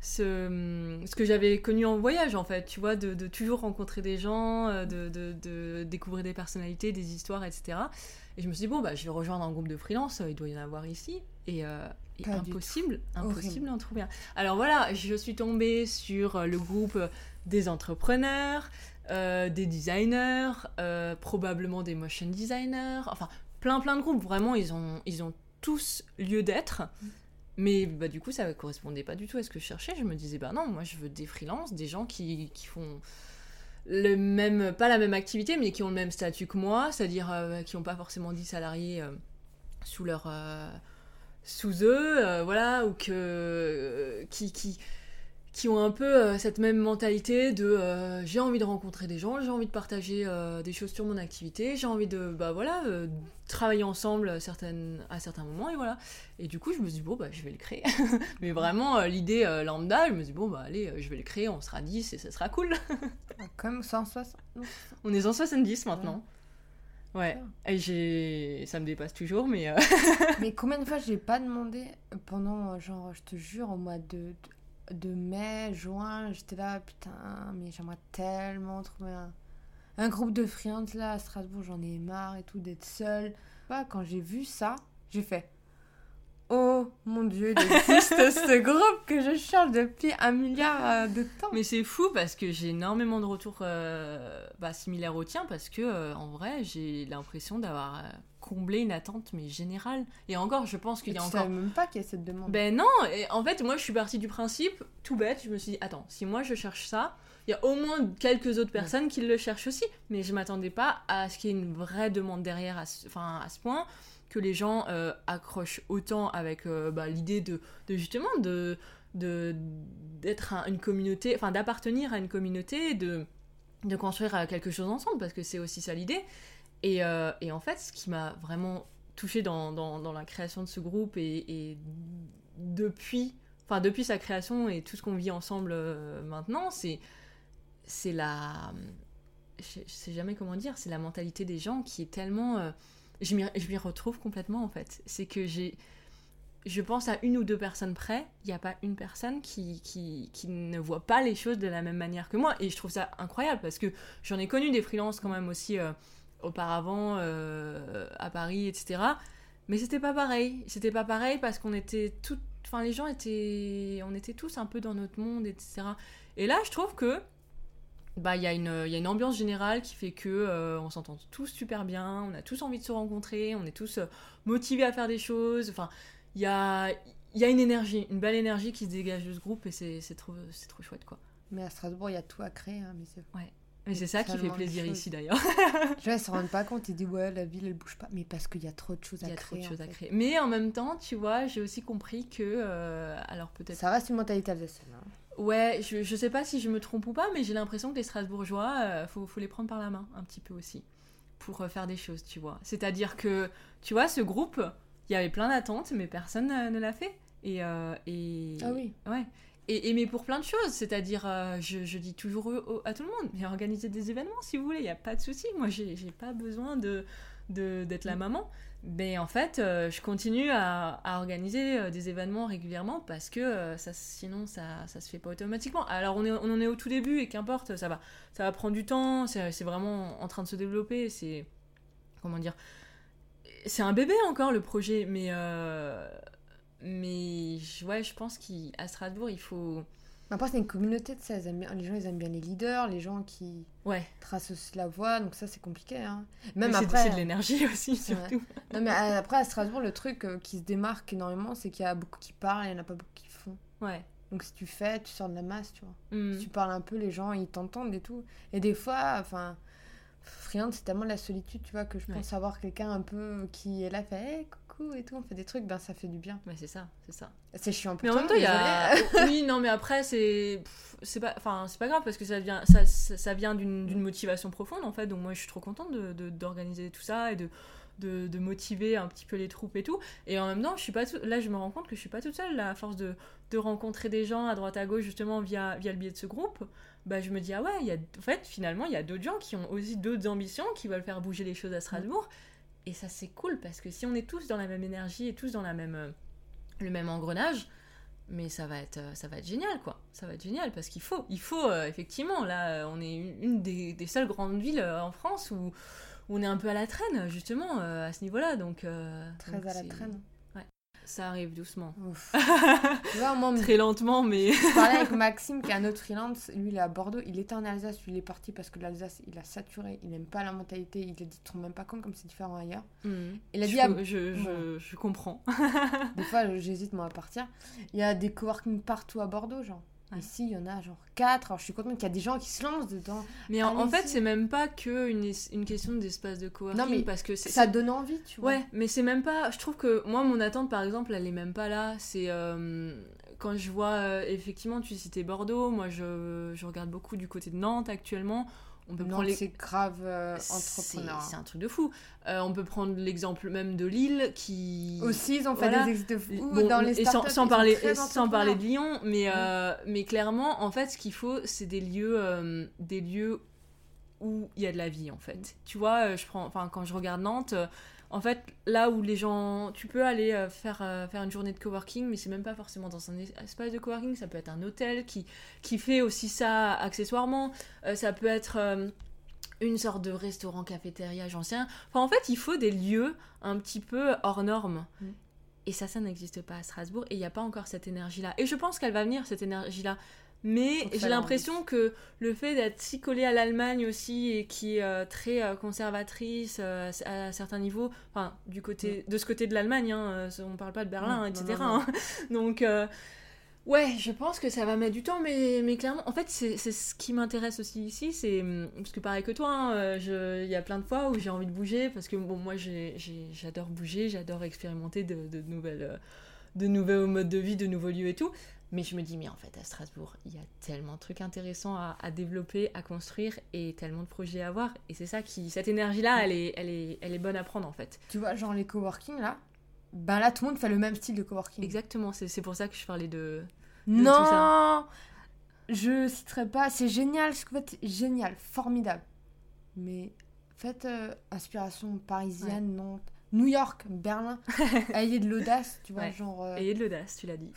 ce, ce que j'avais connu en voyage, en fait. Tu vois, de, de toujours rencontrer des gens, euh, de, de, de découvrir des personnalités, des histoires, et cetera. Et je me suis dit, bon, bah, je vais rejoindre un groupe de freelance, il doit y en avoir ici. Et, euh, et Pas du impossible, Horrible. impossible d'en trouver un. Alors voilà, je suis tombée sur le groupe des entrepreneurs, euh, des designers, euh, probablement des motion designers, enfin plein plein de groupes. Vraiment, ils ont, ils ont tous lieu d'être. Mais bah, du coup, ça ne correspondait pas du tout à ce que je cherchais. Je me disais, bah non, moi je veux des freelances, des gens qui, qui font le même, pas la même activité, mais qui ont le même statut que moi, c'est-à-dire euh, qui n'ont pas forcément dix salariés euh, sous leur... euh, sous eux, euh, voilà, ou que euh, qui, qui, qui ont un peu euh, cette même mentalité de euh, j'ai envie de rencontrer des gens, j'ai envie de partager euh, des choses sur mon activité, j'ai envie de bah voilà euh, travailler ensemble à, certaines, à certains moments, et voilà. Et du coup je me suis dit bon bah je vais le créer. Mais vraiment euh, l'idée euh, lambda, je me suis dit bon bah allez euh, je vais le créer, on sera dix et ça sera cool. Comme cent soixante. On est cent soixante-dix maintenant. Ouais, et j'ai... ça me dépasse toujours, mais... euh, Mais combien de fois j'ai pas demandé pendant, euh, genre, je te jure, au mois de, de, de mai, juin, j'étais là, putain, mais j'aimerais tellement trouver un, un groupe de freelance là à Strasbourg, j'en ai marre et tout, d'être seule. Bah, quand j'ai vu ça, j'ai fait, oh mon dieu, il existe ce groupe que je cherche depuis un milliard euh, de temps. Mais c'est fou parce que j'ai énormément de retours euh, bah, similaires au tien, parce que euh, en vrai j'ai l'impression d'avoir euh, comblé une attente mais générale. Et encore, je pense qu'il y a tu encore... savais même pas qu'il y a cette demande. Ben non, et en fait moi je suis partie du principe, tout bête, je me suis dit, attends, si moi je cherche ça, il y a au moins quelques autres personnes qui le cherchent aussi. Mais je m'attendais pas à ce qu'il y ait une vraie demande derrière à ce, enfin, à ce point, que les gens euh, accrochent autant avec euh, bah, l'idée de, de justement de, de, d'être un- une communauté, enfin d'appartenir à une communauté, de, de construire euh, quelque chose ensemble, parce que c'est aussi ça l'idée. Et, euh, et en fait, ce qui m'a vraiment touchée dans, dans, dans la création de ce groupe, et, et depuis, enfin depuis sa création et tout ce qu'on vit ensemble euh, maintenant, c'est, c'est la... Je, je sais jamais comment dire, c'est la mentalité des gens qui est tellement... Euh, je, m'y, je m'y retrouve complètement en fait. C'est que j'ai... Je pense à une ou deux personnes près, il n'y a pas une personne qui, qui, qui ne voit pas les choses de la même manière que moi. Et je trouve ça incroyable parce que j'en ai connu des freelances quand même aussi euh, auparavant euh, à Paris, et cetera. Mais c'était pas pareil. C'était pas pareil parce qu'on était tout... Enfin, les gens étaient... On était tous un peu dans notre monde, et cetera. Et là, je trouve que bah, y a une, y a une ambiance générale qui fait que euh, on s'entend tous super bien, on a tous envie de se rencontrer, on est tous euh, motivés à faire des choses. Enfin, il y a, y a une énergie, une belle énergie qui se dégage de ce groupe et c'est, c'est, trop, c'est trop chouette, quoi. Mais à Strasbourg, il y a tout à créer, hein, mais c'est... Ouais. Mais c'est ça qui fait plaisir ici, d'ailleurs. Les gens, ils se rendent pas compte, ils disent, ouais, la ville, elle bouge pas. Mais parce qu'il y a trop de choses à créer. Il y a trop de choses en à fait. créer. Mais en même temps, tu vois, j'ai aussi compris que... Euh, alors peut-être... Ça reste une mentalité alsacienne. Hein. Ouais, je, je sais pas si je me trompe ou pas, mais j'ai l'impression que les Strasbourgeois, euh, faut, faut les prendre par la main, un petit peu aussi, pour euh, faire des choses, tu vois. C'est-à-dire que, tu vois, ce groupe, il y avait plein d'attentes, mais personne euh, ne l'a fait. Et, euh, et... Ah oui. Ouais. Et, et mais pour plein de choses, c'est-à-dire, euh, je, je dis toujours au, au, à tout le monde, mais organisez des événements si vous voulez, il n'y a pas de souci. Moi, j'ai, j'ai pas besoin de, de, d'être la maman. Mais en fait, euh, je continue à, à organiser euh, des événements régulièrement parce que euh, ça, sinon, ça ça se fait pas automatiquement. Alors, on, est, on en est au tout début et qu'importe, ça va, ça va prendre du temps, c'est, c'est vraiment en train de se développer. C'est, comment dire, c'est un bébé encore, le projet, mais... Euh, Mais ouais, je pense qu'à Strasbourg, il faut... Après, c'est une communauté, tu sais, bien, les gens, ils aiment bien les leaders, les gens qui ouais. tracent aussi la voie, donc ça, c'est compliqué. Hein. Même mais après... c'est, c'est de l'énergie aussi, surtout. Ouais. Non, mais après, à Strasbourg, le truc euh, qui se démarque énormément, c'est qu'il y a beaucoup qui parlent et il n'y en a pas beaucoup qui font. Ouais. Donc si tu fais, tu sors de la masse, tu vois. Mm. Si tu parles un peu, les gens, ils t'entendent et tout. Et des fois, enfin... Freelance, c'est tellement la solitude, tu vois, que je pense ouais. avoir quelqu'un un peu qui est là, fait hey, coucou et tout, on fait des trucs, ben ça fait du bien. Ouais, c'est ça, c'est ça. C'est chiant pour mais toi. Mais en même temps, il y a... oui, non, mais après, c'est... C'est pas... Enfin, c'est pas grave parce que ça vient, ça, ça, ça vient d'une, d'une motivation profonde, en fait. Donc moi, je suis trop contente de, de, d'organiser tout ça et de... De, de motiver un petit peu les troupes et tout. Et en même temps, je suis pas tout... là, je me rends compte que je suis pas toute seule. Là, à force de, de rencontrer des gens à droite à gauche, justement, via, via le biais de ce groupe, bah, je me dis, ah ouais, y a... en fait, finalement, il y a d'autres gens qui ont aussi d'autres ambitions, qui veulent faire bouger les choses à Strasbourg. Et ça, c'est cool, parce que si on est tous dans la même énergie et tous dans la même, euh, le même engrenage, mais ça va être, ça va être génial, quoi. Ça va être génial, parce qu'il faut, il faut, euh, effectivement, là, on est une, une des, des seules grandes villes euh, en France où on est un peu à la traîne, justement, euh, à ce niveau-là. Donc, euh, Très donc à la c'est... traîne. Ouais. Ça arrive doucement. Tu vois, moi, très lentement, mais... Je parlais avec Maxime, qui est un autre freelance. Lui, il est à Bordeaux. Il était en Alsace. Lui, il est parti parce que l'Alsace, il a saturé. Il n'aime pas la mentalité. Il a dit, tu te rends même pas compte comme c'est différent ailleurs. Mmh. Il a je, dit... À... Je, je, je comprends. Des fois, j'hésite, moi, à partir. Il y a des coworking partout à Bordeaux, genre. Ouais. Ici, il y en a genre quatre. Alors, je suis contente qu'il y a des gens qui se lancent dedans. Mais en, en fait, c'est même pas que une, une question d'espace de coworking. Non, mais parce que c'est, ça c'est... donne envie, tu vois. Ouais, mais c'est même pas... Je trouve que moi, mon attente, par exemple, elle est même pas là. C'est... Euh, quand je vois... Euh, effectivement, tu citais Bordeaux. Moi, je, je regarde beaucoup du côté de Nantes, actuellement. On peut non, prendre les... c'est grave euh, entrepreneur. C'est, c'est un truc de fou. Euh, on peut prendre l'exemple même de Lille qui... Aussi, ils ont fait voilà. des exemples de fou bon, dans les startups. Et sans, sans, parler, sans parler de Lyon, mais, ouais. euh, mais clairement, en fait, ce qu'il faut, c'est des lieux, euh, des lieux où il y a de la vie, en fait. Tu vois, je prends, enfin, quand je regarde Nantes... En fait, là où les gens... Tu peux aller euh, faire, euh, faire une journée de coworking, mais c'est même pas forcément dans un espace de coworking. Ça peut être un hôtel qui, qui fait aussi ça accessoirement. Euh, ça peut être euh, une sorte de restaurant, cafétéria, j'en sais rien. Enfin, en fait, il faut des lieux un petit peu hors normes. Mm. Et ça, ça n'existe pas à Strasbourg. Et il n'y a pas encore cette énergie-là. Et je pense qu'elle va venir, cette énergie-là. Mais j'ai l'impression que le fait d'être si collé à l'Allemagne aussi et qui est euh, très euh, conservatrice euh, à certains niveaux, enfin du côté, de ce côté de l'Allemagne, hein, on parle pas de Berlin, mmh, et cetera. Non, non, non. Hein. Donc euh, ouais, je pense que ça va mettre du temps, mais, mais clairement, en fait c'est, c'est ce qui m'intéresse aussi ici, c'est parce que pareil que toi, hein, je, y a plein de fois où j'ai envie de bouger parce que bon moi j'ai, j'ai, j'adore bouger, j'adore expérimenter de, de nouvelles, de nouveaux modes de vie, de nouveaux lieux et tout. Mais je me dis, mais en fait, à Strasbourg, il y a tellement de trucs intéressants à, à développer, à construire et tellement de projets à voir. Et c'est ça qui... Cette énergie-là, elle est, elle est, elle est bonne à prendre, en fait. Tu vois, genre les coworking, là, ben là, tout le monde fait le même style de coworking. Exactement, c'est, c'est pour ça que je parlais de, de tout ça. Non, je citerai pas. C'est génial, ce que vous faites, génial, formidable. Mais faites euh, inspiration parisienne, Ouais. Nantes, New York, Berlin. Ayez de l'audace, tu vois, Ouais. genre. euh, Ayez de l'audace, tu l'as dit.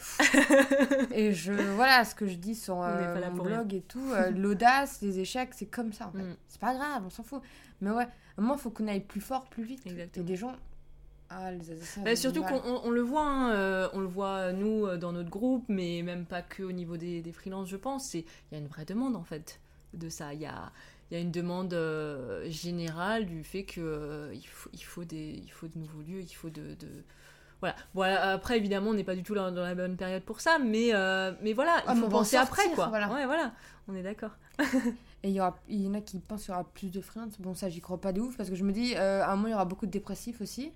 Et je, voilà ce que je dis sur On n'est euh, pas là mon pour blog et tout. euh, l'audace, les échecs, c'est comme ça en fait. Mm. C'est pas grave, on s'en fout. Mais ouais, à un moment, il faut qu'on aille plus fort, plus vite. Exactement. Et des gens. Ah, les Alsaciens. Bah, ils ont du surtout mal. qu'on on, on le voit, hein, euh, on le voit nous euh, dans notre groupe, mais même pas que au niveau des, des freelances, je pense. C'est il y a une vraie demande en fait de ça. Il y a il y a une demande euh, générale du fait que euh, il faut il faut des il faut de nouveaux lieux, il faut de, de... Voilà. Voilà. Après évidemment, on n'est pas du tout là- dans la bonne période pour ça, mais euh, mais voilà, il Ah, mais faut on va en penser après sortir, quoi. voilà. Ouais, voilà. On est d'accord. Et il y, aura, il y en a qui pensent qu'il y aura plus de freelance. Bon, ça, j'y crois pas de ouf parce que je me dis, euh, à un moment, il y aura beaucoup de dépressifs aussi.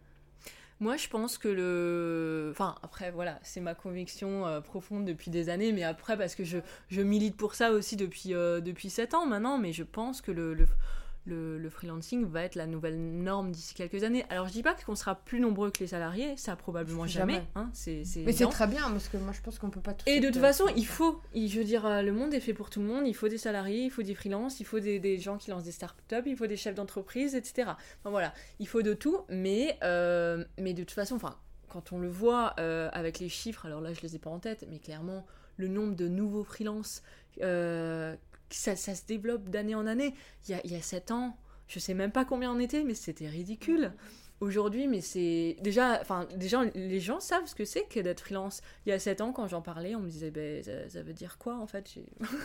Moi, je pense que le... Enfin, après, voilà, c'est ma conviction euh, profonde depuis des années, mais après, parce que je, je milite pour ça aussi depuis, euh, depuis sept ans maintenant, mais je pense que le, le, le, le freelancing va être la nouvelle norme d'ici quelques années. Alors, je dis pas qu'on sera plus nombreux que les salariés, ça probablement jamais, Jamais. hein, c'est, c'est Mais c'est évident. très bien parce que moi, je pense qu'on peut pas tout Et de suite, toute euh, façon, faire il ça. faut, il- je veux dire, euh, le monde est fait pour tout le monde, il faut des salariés, il faut des freelances, il faut des, des gens qui lancent des startups, il faut des chefs d'entreprise, et cetera. Enfin voilà, il faut de tout, mais, euh, mais de toute façon, enfin, quand on le voit euh, avec les chiffres, alors là je les ai pas en tête, mais clairement, le nombre de nouveaux freelances, euh, ça, ça se développe d'année en année. Il y a, il y a sept ans, je sais même pas combien on était, mais c'était ridicule. Aujourd'hui, mais c'est déjà, enfin, déjà, les gens savent ce que c'est que d'être freelance. Il y a sept ans, quand j'en parlais, on me disait, ben, ça, ça veut dire quoi en fait? J'ai-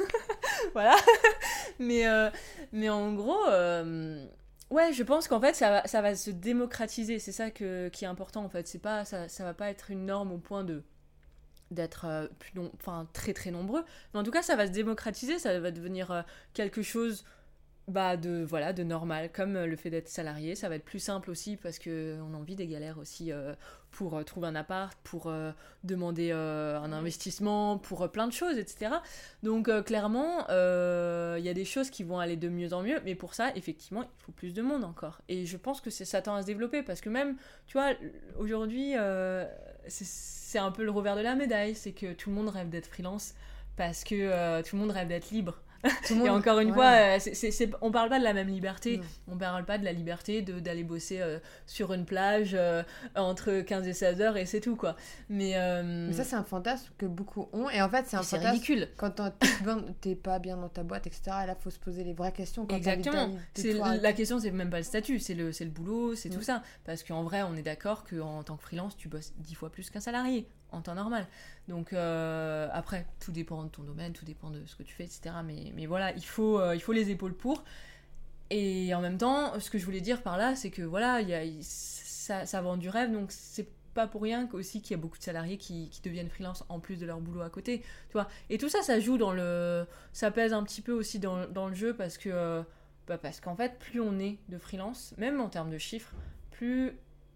Voilà. mais, euh, mais en gros, euh, ouais, je pense qu'en fait, ça va, ça va se démocratiser. C'est ça que, qui est important en fait. C'est pas, ça, ça va pas être une norme au point de d'être euh, plus nom- enfin, très très nombreux. Mais en tout cas, ça va se démocratiser. Ça va devenir euh, quelque chose bah de voilà de normal, comme euh, le fait d'être salarié. Ça va être plus simple aussi parce que on a envie des galères aussi euh, pour euh, trouver un appart, pour euh, demander euh, un investissement, pour euh, plein de choses, etc. Donc euh, clairement euh, il y a des choses qui vont aller de mieux en mieux, mais pour ça effectivement il faut plus de monde encore, et je pense que c'est, ça tend à se développer parce que même tu vois aujourd'hui euh, c'est, c'est un peu le revers de la médaille, c'est que tout le monde rêve d'être freelance parce que euh, tout le monde rêve d'être libre. Tout le monde- Et encore une ouais. fois, euh, c'est, c'est, c'est- on parle pas de la même liberté. Non. On parle pas de la liberté de, d'aller bosser euh, sur une plage euh, entre quinze et seize heures et c'est tout, quoi. Mais, euh, Mais ça, c'est un fantasme que beaucoup ont. Et en fait, c'est un c'est fantasme ridicule. quand t'es bien- t'es pas bien dans ta boîte, et cetera. Et là, faut se poser les vraies questions. Quand Exactement. t'as envie de- de C'est, tout la arrêter. question, c'est même pas le statut, c'est le, c'est le boulot, c'est Mm. tout ça. Parce qu'en vrai, on est d'accord qu'en tant que freelance, tu bosses dix fois plus qu'un salarié en temps normal. Donc euh, après, tout dépend de ton domaine, tout dépend de ce que tu fais, et cetera. Mais, mais voilà, il faut, euh, il faut les épaules pour. Et en même temps, ce que je voulais dire par là, c'est que voilà, il y a, il- ça, ça vend du rêve, donc c'est pas pour rien aussi qu'il y a beaucoup de salariés qui, qui deviennent freelance en plus de leur boulot à côté, tu vois. Et tout ça, ça joue dans le... Ça pèse un petit peu aussi dans, dans le jeu parce que... euh, bah parce qu'en fait, plus on est de freelance, même en termes de chiffres, plus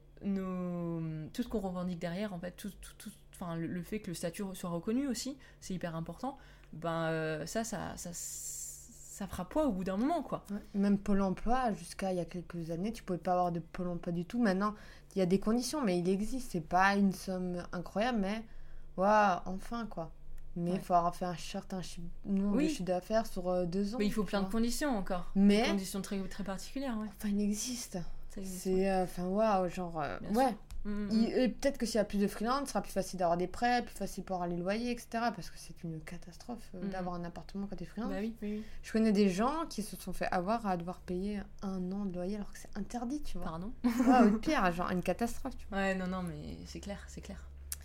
nos... tout ce qu'on revendique derrière, en fait, tout, tout, tout- enfin, le, le fait que le statut soit reconnu aussi, c'est hyper important, ben euh, ça, ça, ça, ça fera poids au bout d'un moment, quoi. Ouais. Même Pôle emploi, jusqu'à il y a quelques années, tu pouvais pas avoir de Pôle emploi du tout. Maintenant, il y a des conditions, mais il existe. C'est pas une somme incroyable, mais waouh, enfin quoi. Mais il Ouais. faut avoir fait un certain chi- nombre Oui. de chiffre d'affaires sur euh, deux ans. Mais il faut tu plein de vois. conditions encore. Mais- Des conditions très, très particulières, ouais. Enfin, il existe. Ça existe, C'est. euh, Enfin, waouh, genre. euh, Bien ouais. sûr. Mm, mm, Il- et peut-être que s'il y a plus de freelance, ce sera plus facile d'avoir des prêts, plus facile pour avoir les loyers, et cetera. Parce que c'est une catastrophe euh, Mhm. d'avoir un appartement quand t'es freelance. Bah oui, oui, oui. Je connais des gens qui se sont fait avoir à devoir payer un an de loyer alors que c'est interdit, tu vois. Pardon. Ouais, ou pire, genre une catastrophe, tu vois. Ouais, non, non, mais c'est clair, c'est clair.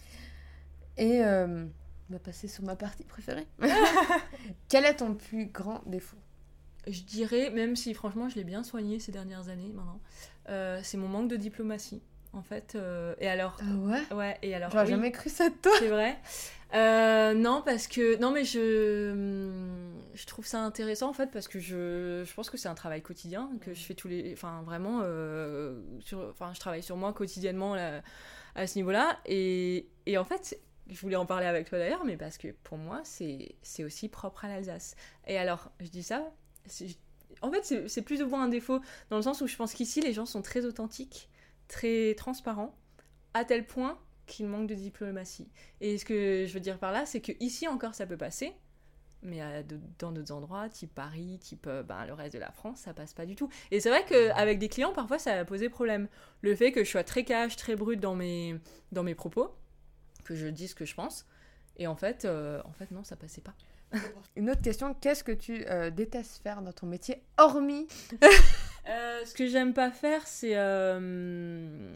Et euh, on va passer sur ma partie préférée. Quel est ton plus grand défaut? Je dirais, même si franchement je l'ai bien soigné ces dernières années maintenant, euh, c'est mon manque de diplomatie, en fait. euh, et alors, Ah ouais? ouais, et alors, J'aurais oui, jamais cru ça de toi. c'est vrai. Euh, non, parce que, non, mais je, hum, je trouve ça intéressant en fait, parce que je, je pense que c'est un travail quotidien que je fais tous les, enfin vraiment, euh, sur, enfin je travaille sur moi quotidiennement là, à ce niveau-là, et, et en fait. c'est- Je voulais en parler avec toi d'ailleurs, mais parce que pour moi, c'est, c'est aussi propre à l'Alsace. Et alors, je dis ça, c'est- en fait, c'est, c'est plus ou moins un défaut, dans le sens où je pense qu'ici, les gens sont très authentiques, très transparents, à tel point qu'il manque de diplomatie. Et ce que je veux dire par là, c'est qu'ici encore ça peut passer, mais à de, dans d'autres endroits, type Paris, type euh, ben, le reste de la France, ça passe pas du tout. Et c'est vrai qu'avec des clients, parfois ça a posé problème. Le fait que je sois très cash, très brute dans mes, dans mes propos, que je dise ce que je pense, et en fait, euh, en fait non, ça passait pas. Une autre question, qu'est-ce que tu euh, détestes faire dans ton métier, hormis euh, Ce que j'aime pas faire, c'est... Euh...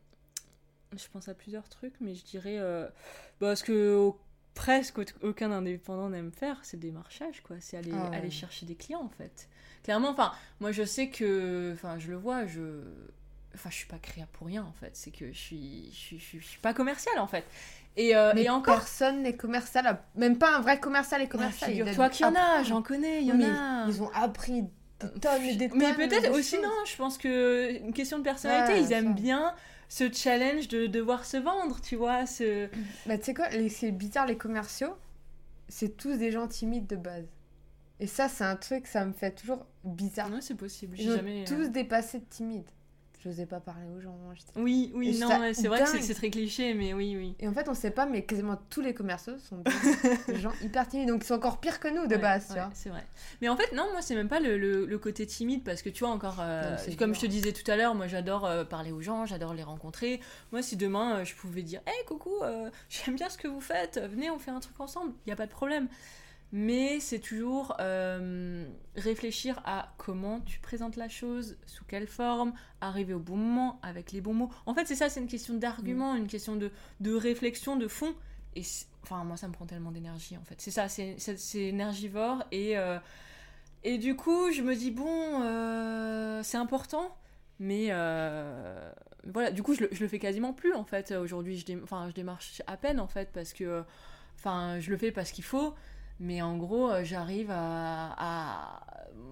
Je pense à plusieurs trucs, mais je dirais... Euh... Bah, ce que au... presque aucun indépendant n'aime faire, c'est le démarchage, quoi. C'est aller, ah ouais. aller chercher des clients, en fait. Clairement, enfin, moi, je sais que... Enfin, je le vois, je... Enfin, je suis pas créa pour rien, en fait. C'est que je suis, je suis, je suis, je suis pas commerciale, en fait. Et, euh, mais et encore... personne n'est commercial, même pas un vrai commercial est commercial. Ah, figure-toi qu'il y en a, j'en connais, il y en mais a. Ils ont appris des tonnes et des tonnes. Mais peut-être de aussi, choses. non, je pense que une question de personnalité, ouais, ils aiment ça. bien ce challenge de devoir se vendre, tu vois. Ce... Bah, tu sais quoi, les, c'est bizarre, les commerciaux, c'est tous des gens timides de base. Et ça, c'est un truc, ça me fait toujours bizarre. Ouais, c'est possible. Ils ont jamais, tous euh... dépassé de timides. J'osais pas parler aux gens. J'étais... Oui, oui, et non, ouais, c'est vrai dingue. que c'est, c'est très cliché, mais oui, oui. Et en fait, on sait pas, mais quasiment tous les commerciaux sont des, des gens hyper timides, donc ils sont encore pires que nous de ouais, base, ouais, tu vois. C'est vrai. Mais en fait, non, moi, c'est même pas le, le, le côté timide, parce que tu vois, encore, euh, non, comme dur. Je te disais tout à l'heure, moi, j'adore euh, parler aux gens, j'adore les rencontrer. Moi, si demain, euh, je pouvais dire, hé, hey, coucou, euh, j'aime bien ce que vous faites, venez, on fait un truc ensemble, il y a pas de problème. Mais c'est toujours euh, réfléchir à comment tu présentes la chose, sous quelle forme, arriver au bon moment, avec les bons mots. En fait, c'est ça, c'est une question d'argument, mmh. une question de, de réflexion, de fond. Et enfin, moi, ça me prend tellement d'énergie, en fait. C'est ça, c'est, c'est, c'est énergivore. Et, euh, et du coup, je me dis, bon, euh, c'est important, mais euh, voilà. Du coup, je le, je le fais quasiment plus, en fait. Aujourd'hui, je, dé, enfin, je démarche à peine, en fait, parce que... Enfin, je le fais parce qu'il faut... Mais en gros, euh, j'arrive à, à...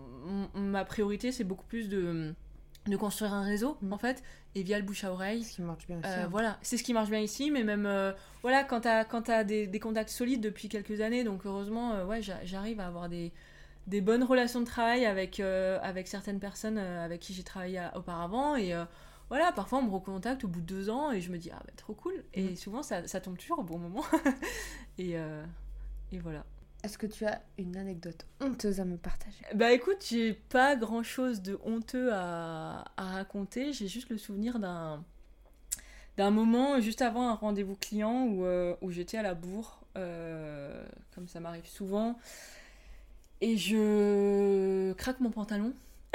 Ma priorité, c'est beaucoup plus de, de construire un réseau, mmh. en fait, et via le bouche à oreille. Ce qui marche bien ici. Euh, hein. Voilà, c'est ce qui marche bien ici, mais même, euh, voilà, quand t'as, quand t'as des, des contacts solides depuis quelques années, donc heureusement, euh, ouais, j'arrive à avoir des, des bonnes relations de travail avec, euh, avec certaines personnes euh, avec qui j'ai travaillé à, auparavant, et... Euh, Voilà, parfois on me recontacte au bout de deux ans, et je me dis, ah bah trop cool, mmh. et souvent ça, ça tombe toujours au bon moment, et, euh, et voilà. Est-ce que tu as une anecdote honteuse à me partager ? Bah écoute, j'ai pas grand chose de honteux à, à raconter, j'ai juste le souvenir d'un, d'un moment juste avant un rendez-vous client où, euh, où j'étais à la bourre, euh, comme ça m'arrive souvent, et je craque mon pantalon.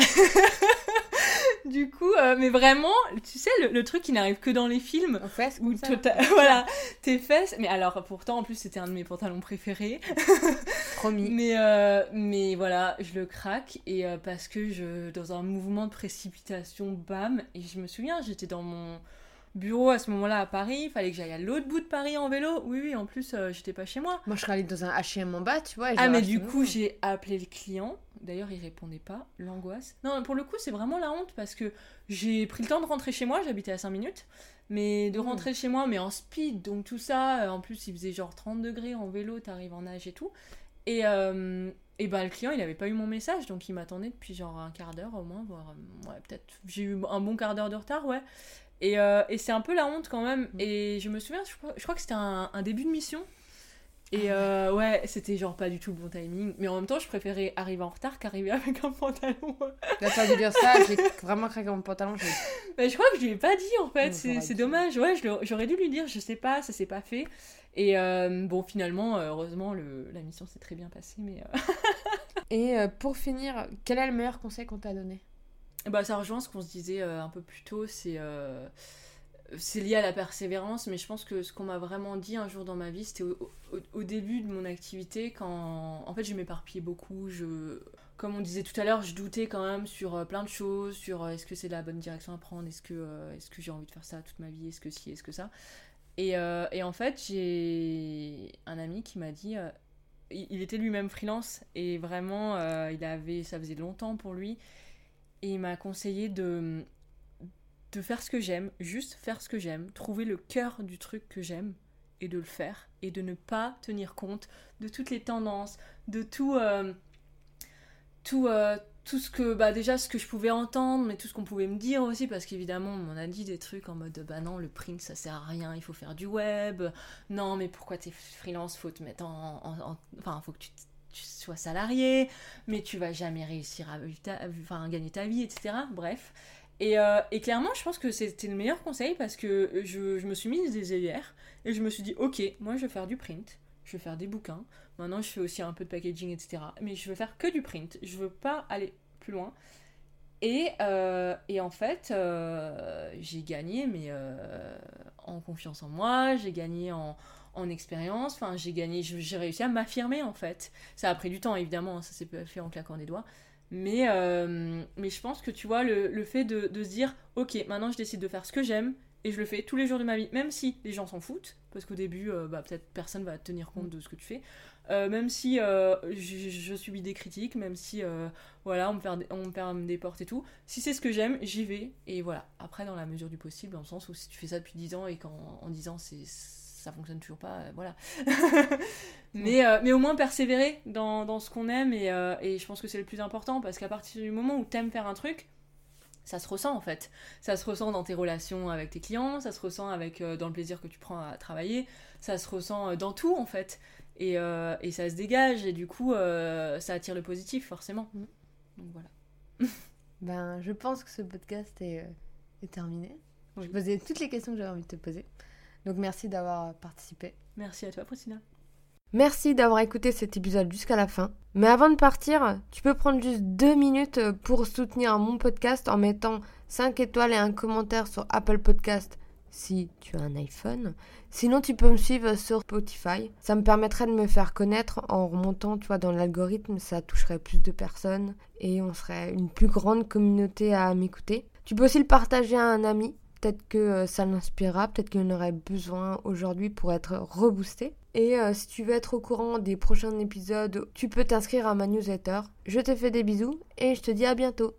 Du coup, euh, mais vraiment, tu sais, le, le truc qui n'arrive que dans les films. En fesses, où ça, tota- voilà, tes fesses. Mais alors, pourtant, en plus, c'était un de mes pantalons préférés. Promis. Mais, euh, mais voilà, je le craque. Et euh, parce que, je, dans un mouvement de précipitation, bam. Et je me souviens, j'étais dans mon bureau à ce moment-là à Paris. Il fallait que j'aille à l'autre bout de Paris en vélo. Oui, oui, en plus, euh, j'étais pas chez moi. Moi, je serais allée dans un H et M en bas, tu vois. Et ah, mais du coup, j'ai appelé le client. D'ailleurs, il répondait pas, l'angoisse. Non, pour le coup, c'est vraiment la honte parce que j'ai pris le temps de rentrer chez moi, j'habitais à cinq minutes, mais de mmh. rentrer chez moi, mais en speed, donc tout ça, en plus, il faisait genre trente degrés en vélo, t'arrives en nage et tout. Et, euh, et bah, le client, il avait pas eu mon message, donc il m'attendait depuis genre un quart d'heure au moins, voire, ouais, peut-être, j'ai eu un bon quart d'heure de retard, ouais. Et, euh, et c'est un peu la honte quand même, mmh. et je me souviens, je crois, je crois que c'était un, un début de mission. Et euh, ouais, c'était genre pas du tout le bon timing. Mais en même temps, je préférais arriver en retard qu'arriver avec un pantalon. Là, t'as dû dire ça, j'ai vraiment craqué mon pantalon. J'ai... Mais je crois que je lui ai pas dit en fait, mmh, c'est, c'est dommage. Ouais, je j'aurais dû lui dire, je sais pas, ça s'est pas fait. Et euh, bon, finalement, heureusement, le, la mission s'est très bien passée. Mais euh... Et euh, pour finir, quel est le meilleur conseil qu'on t'a donné ? Bah, ça rejoint ce qu'on se disait euh, un peu plus tôt, c'est. Euh... C'est lié à la persévérance, mais je pense que ce qu'on m'a vraiment dit un jour dans ma vie, c'était au, au, au début de mon activité, quand en fait je m'éparpillais beaucoup, je, comme on disait tout à l'heure, je doutais quand même sur plein de choses, sur est-ce que c'est la bonne direction à prendre, est-ce que, euh, est-ce que j'ai envie de faire ça toute ma vie, est-ce que si, est-ce que ça. Et, euh, et en fait, j'ai un ami qui m'a dit, euh, il, il était lui-même freelance, et vraiment, euh, il avait, ça faisait longtemps pour lui, et il m'a conseillé de... de faire ce que j'aime, juste faire ce que j'aime, trouver le cœur du truc que j'aime et de le faire et de ne pas tenir compte de toutes les tendances, de tout, euh, tout, euh, tout ce que, bah déjà ce que je pouvais entendre, mais tout ce qu'on pouvait me dire aussi, parce qu'évidemment on m'en a dit des trucs en mode bah non, le print ça sert à rien, il faut faire du web, non mais pourquoi t'es freelance, faut te mettre en, en, en enfin faut que tu, tu sois salarié, mais tu vas jamais réussir à, ta, enfin, à gagner ta vie, et cetera. Bref. Et, euh, et clairement je pense que c'était le meilleur conseil parce que je, je me suis mise des œillères et je me suis dit ok, moi je vais faire du print, je vais faire des bouquins. Maintenant, je fais aussi un peu de packaging, et cetera. Mais je veux faire que du print. Je veux pas aller plus loin. Et, euh, et en fait, euh, j'ai gagné, mais euh, en confiance en moi, j'ai gagné en, en expérience. Enfin, j'ai gagné, j'ai réussi à m'affirmer, en fait. Ça a pris du temps, évidemment. Ça s'est pas fait en claquant des doigts. Mais, euh, mais je pense que, tu vois, le, le fait de, de se dire, ok, maintenant, je décide de faire ce que j'aime. Et je le fais tous les jours de ma vie, même si les gens s'en foutent, parce qu'au début, euh, bah, peut-être personne va tenir compte de ce que tu fais. Euh, même si euh, je, je subis des critiques, même si euh, voilà, on me, ferme, on me ferme des portes et tout. Si c'est ce que j'aime, j'y vais. Et voilà, après, dans la mesure du possible, dans le sens où si tu fais ça depuis dix ans et qu'en en dix ans, c'est, ça fonctionne toujours pas, euh, voilà. mais, euh, mais au moins persévérer dans, dans ce qu'on aime, et, euh, et je pense que c'est le plus important, parce qu'à partir du moment où t'aimes faire un truc, ça se ressent en fait. Ça se ressent dans tes relations avec tes clients, ça se ressent avec, euh, dans le plaisir que tu prends à travailler, ça se ressent euh, dans tout en fait. Et, euh, et ça se dégage, et du coup, euh, ça attire le positif forcément. Donc voilà. Ben, je pense que ce podcast est, euh, est terminé. Oui. J'ai posé toutes les questions que j'avais envie de te poser. Donc merci d'avoir participé. Merci à toi, Priscilla. Merci d'avoir écouté cet épisode jusqu'à la fin. Mais avant de partir, tu peux prendre juste deux minutes pour soutenir mon podcast en mettant cinq étoiles et un commentaire sur Apple Podcast si tu as un iPhone. Sinon, tu peux me suivre sur Spotify. Ça me permettrait de me faire connaître en remontant, tu vois, dans l'algorithme. Ça toucherait plus de personnes et on serait une plus grande communauté à m'écouter. Tu peux aussi le partager à un ami. Peut-être que ça l'inspirera, peut-être qu'il en aurait besoin aujourd'hui pour être reboosté. Et euh, si tu veux être au courant des prochains épisodes, tu peux t'inscrire à ma newsletter. Je te fais des bisous et je te dis à bientôt.